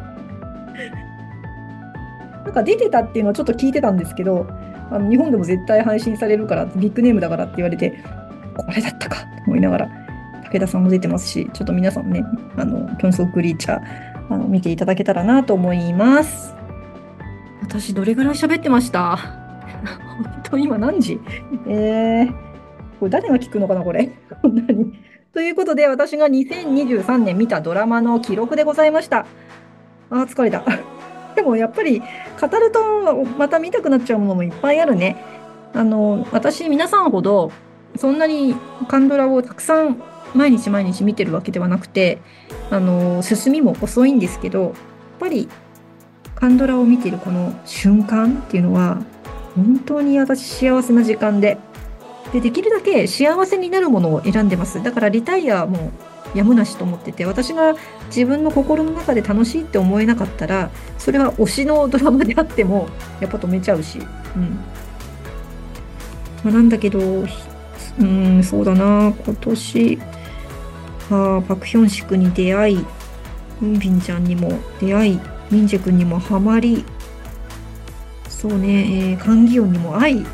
なんか出てたっていうのはちょっと聞いてたんですけど、あの日本でも絶対配信されるから、ビッグネームだからって言われて、これだったかと思いながら、武田さんも出てますし、ちょっと皆さんね、あの、キョンソークリーチャー、あの、見ていただけたらなと思います。私、どれぐらい喋ってました？本当、今何時？えー、これ誰が聞くのかな、これ。こんなに。ということで、私がにせんにじゅうさんねん見たドラマの記録でございました。あー、疲れた。でもやっぱり語るとまた見たくなっちゃうものもいっぱいあるね。あの、私、皆さんほど、そんなにカンドラをたくさん毎日毎日見てるわけではなくて、あの、進みも遅いんですけど、やっぱりカンドラを見てるこの瞬間っていうのは、本当に私幸せな時間で、で、できるだけ幸せになるものを選んでます。だからリタイアもやむなしと思ってて、私が自分の心の中で楽しいって思えなかったら、それは推しのドラマであってもやっぱ止めちゃうし、うん。まあ、なんだけど、うーん、そうだな、今年、あパクヒョンシクに出会い、ウンビンちゃんにも出会い、ミンジェ君にもハマり、そうね、えー、カンギヨンにも会い、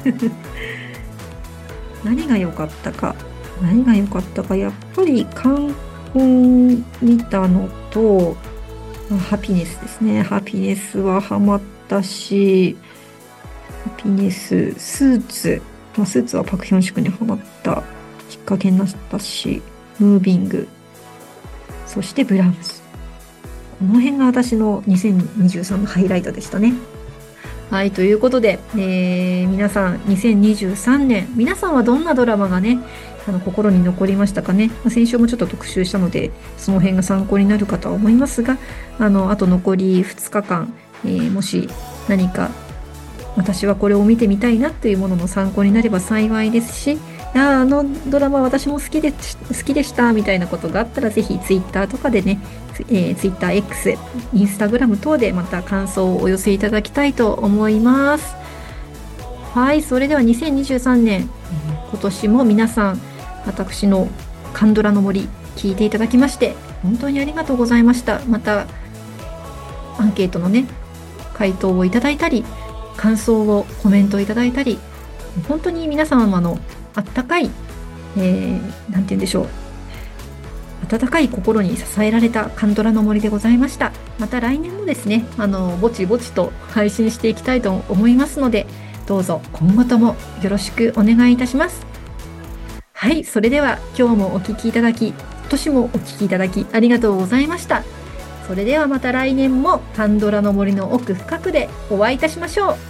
何が良かったか、何が良かったか、やっぱり観光見たのと、ハピネスですね。ハピネスはハマったし、ハピネス、スーツ、まあ、スーツはパクヒョンシクにハマったきっかけになったし、ムービング、そしてブラームス。この辺が私のにせんにじゅうさんのハイライトでしたね。はい、ということで、えー、皆さんにせんにじゅうさんねん、皆さんはどんなドラマがね、あの心に残りましたかね。まあ、先週もちょっと特集したので、その辺が参考になるかとは思いますが、あの、あと残りふつかかん、えー、もし何か私はこれを見てみたいなというものの参考になれば幸いですし、あ, あのドラマ私も好きで好きでしたみたいなことがあったら、ぜひツイッターとかでね、えー、ツイッター X、インスタグラム等でまた感想をお寄せいただきたいと思います。はい、それではにせんにじゅうさんねん、今年も皆さん、私のカンドラの森聞いていただきまして本当にありがとうございました。またアンケートのね回答をいただいたり、感想をコメントいただいたり、本当に皆様のあったかい、えー、なんて言うんでしょう、温かい心に支えられたカンドラの森でございました。また来年もですね、あのぼちぼちと配信していきたいと思いますので、どうぞ今後ともよろしくお願いいたします。はい、それでは今日もお聞きいただき、今年もお聞きいただきありがとうございました。それではまた来年もカンドラの森の奥深くでお会いいたしましょう。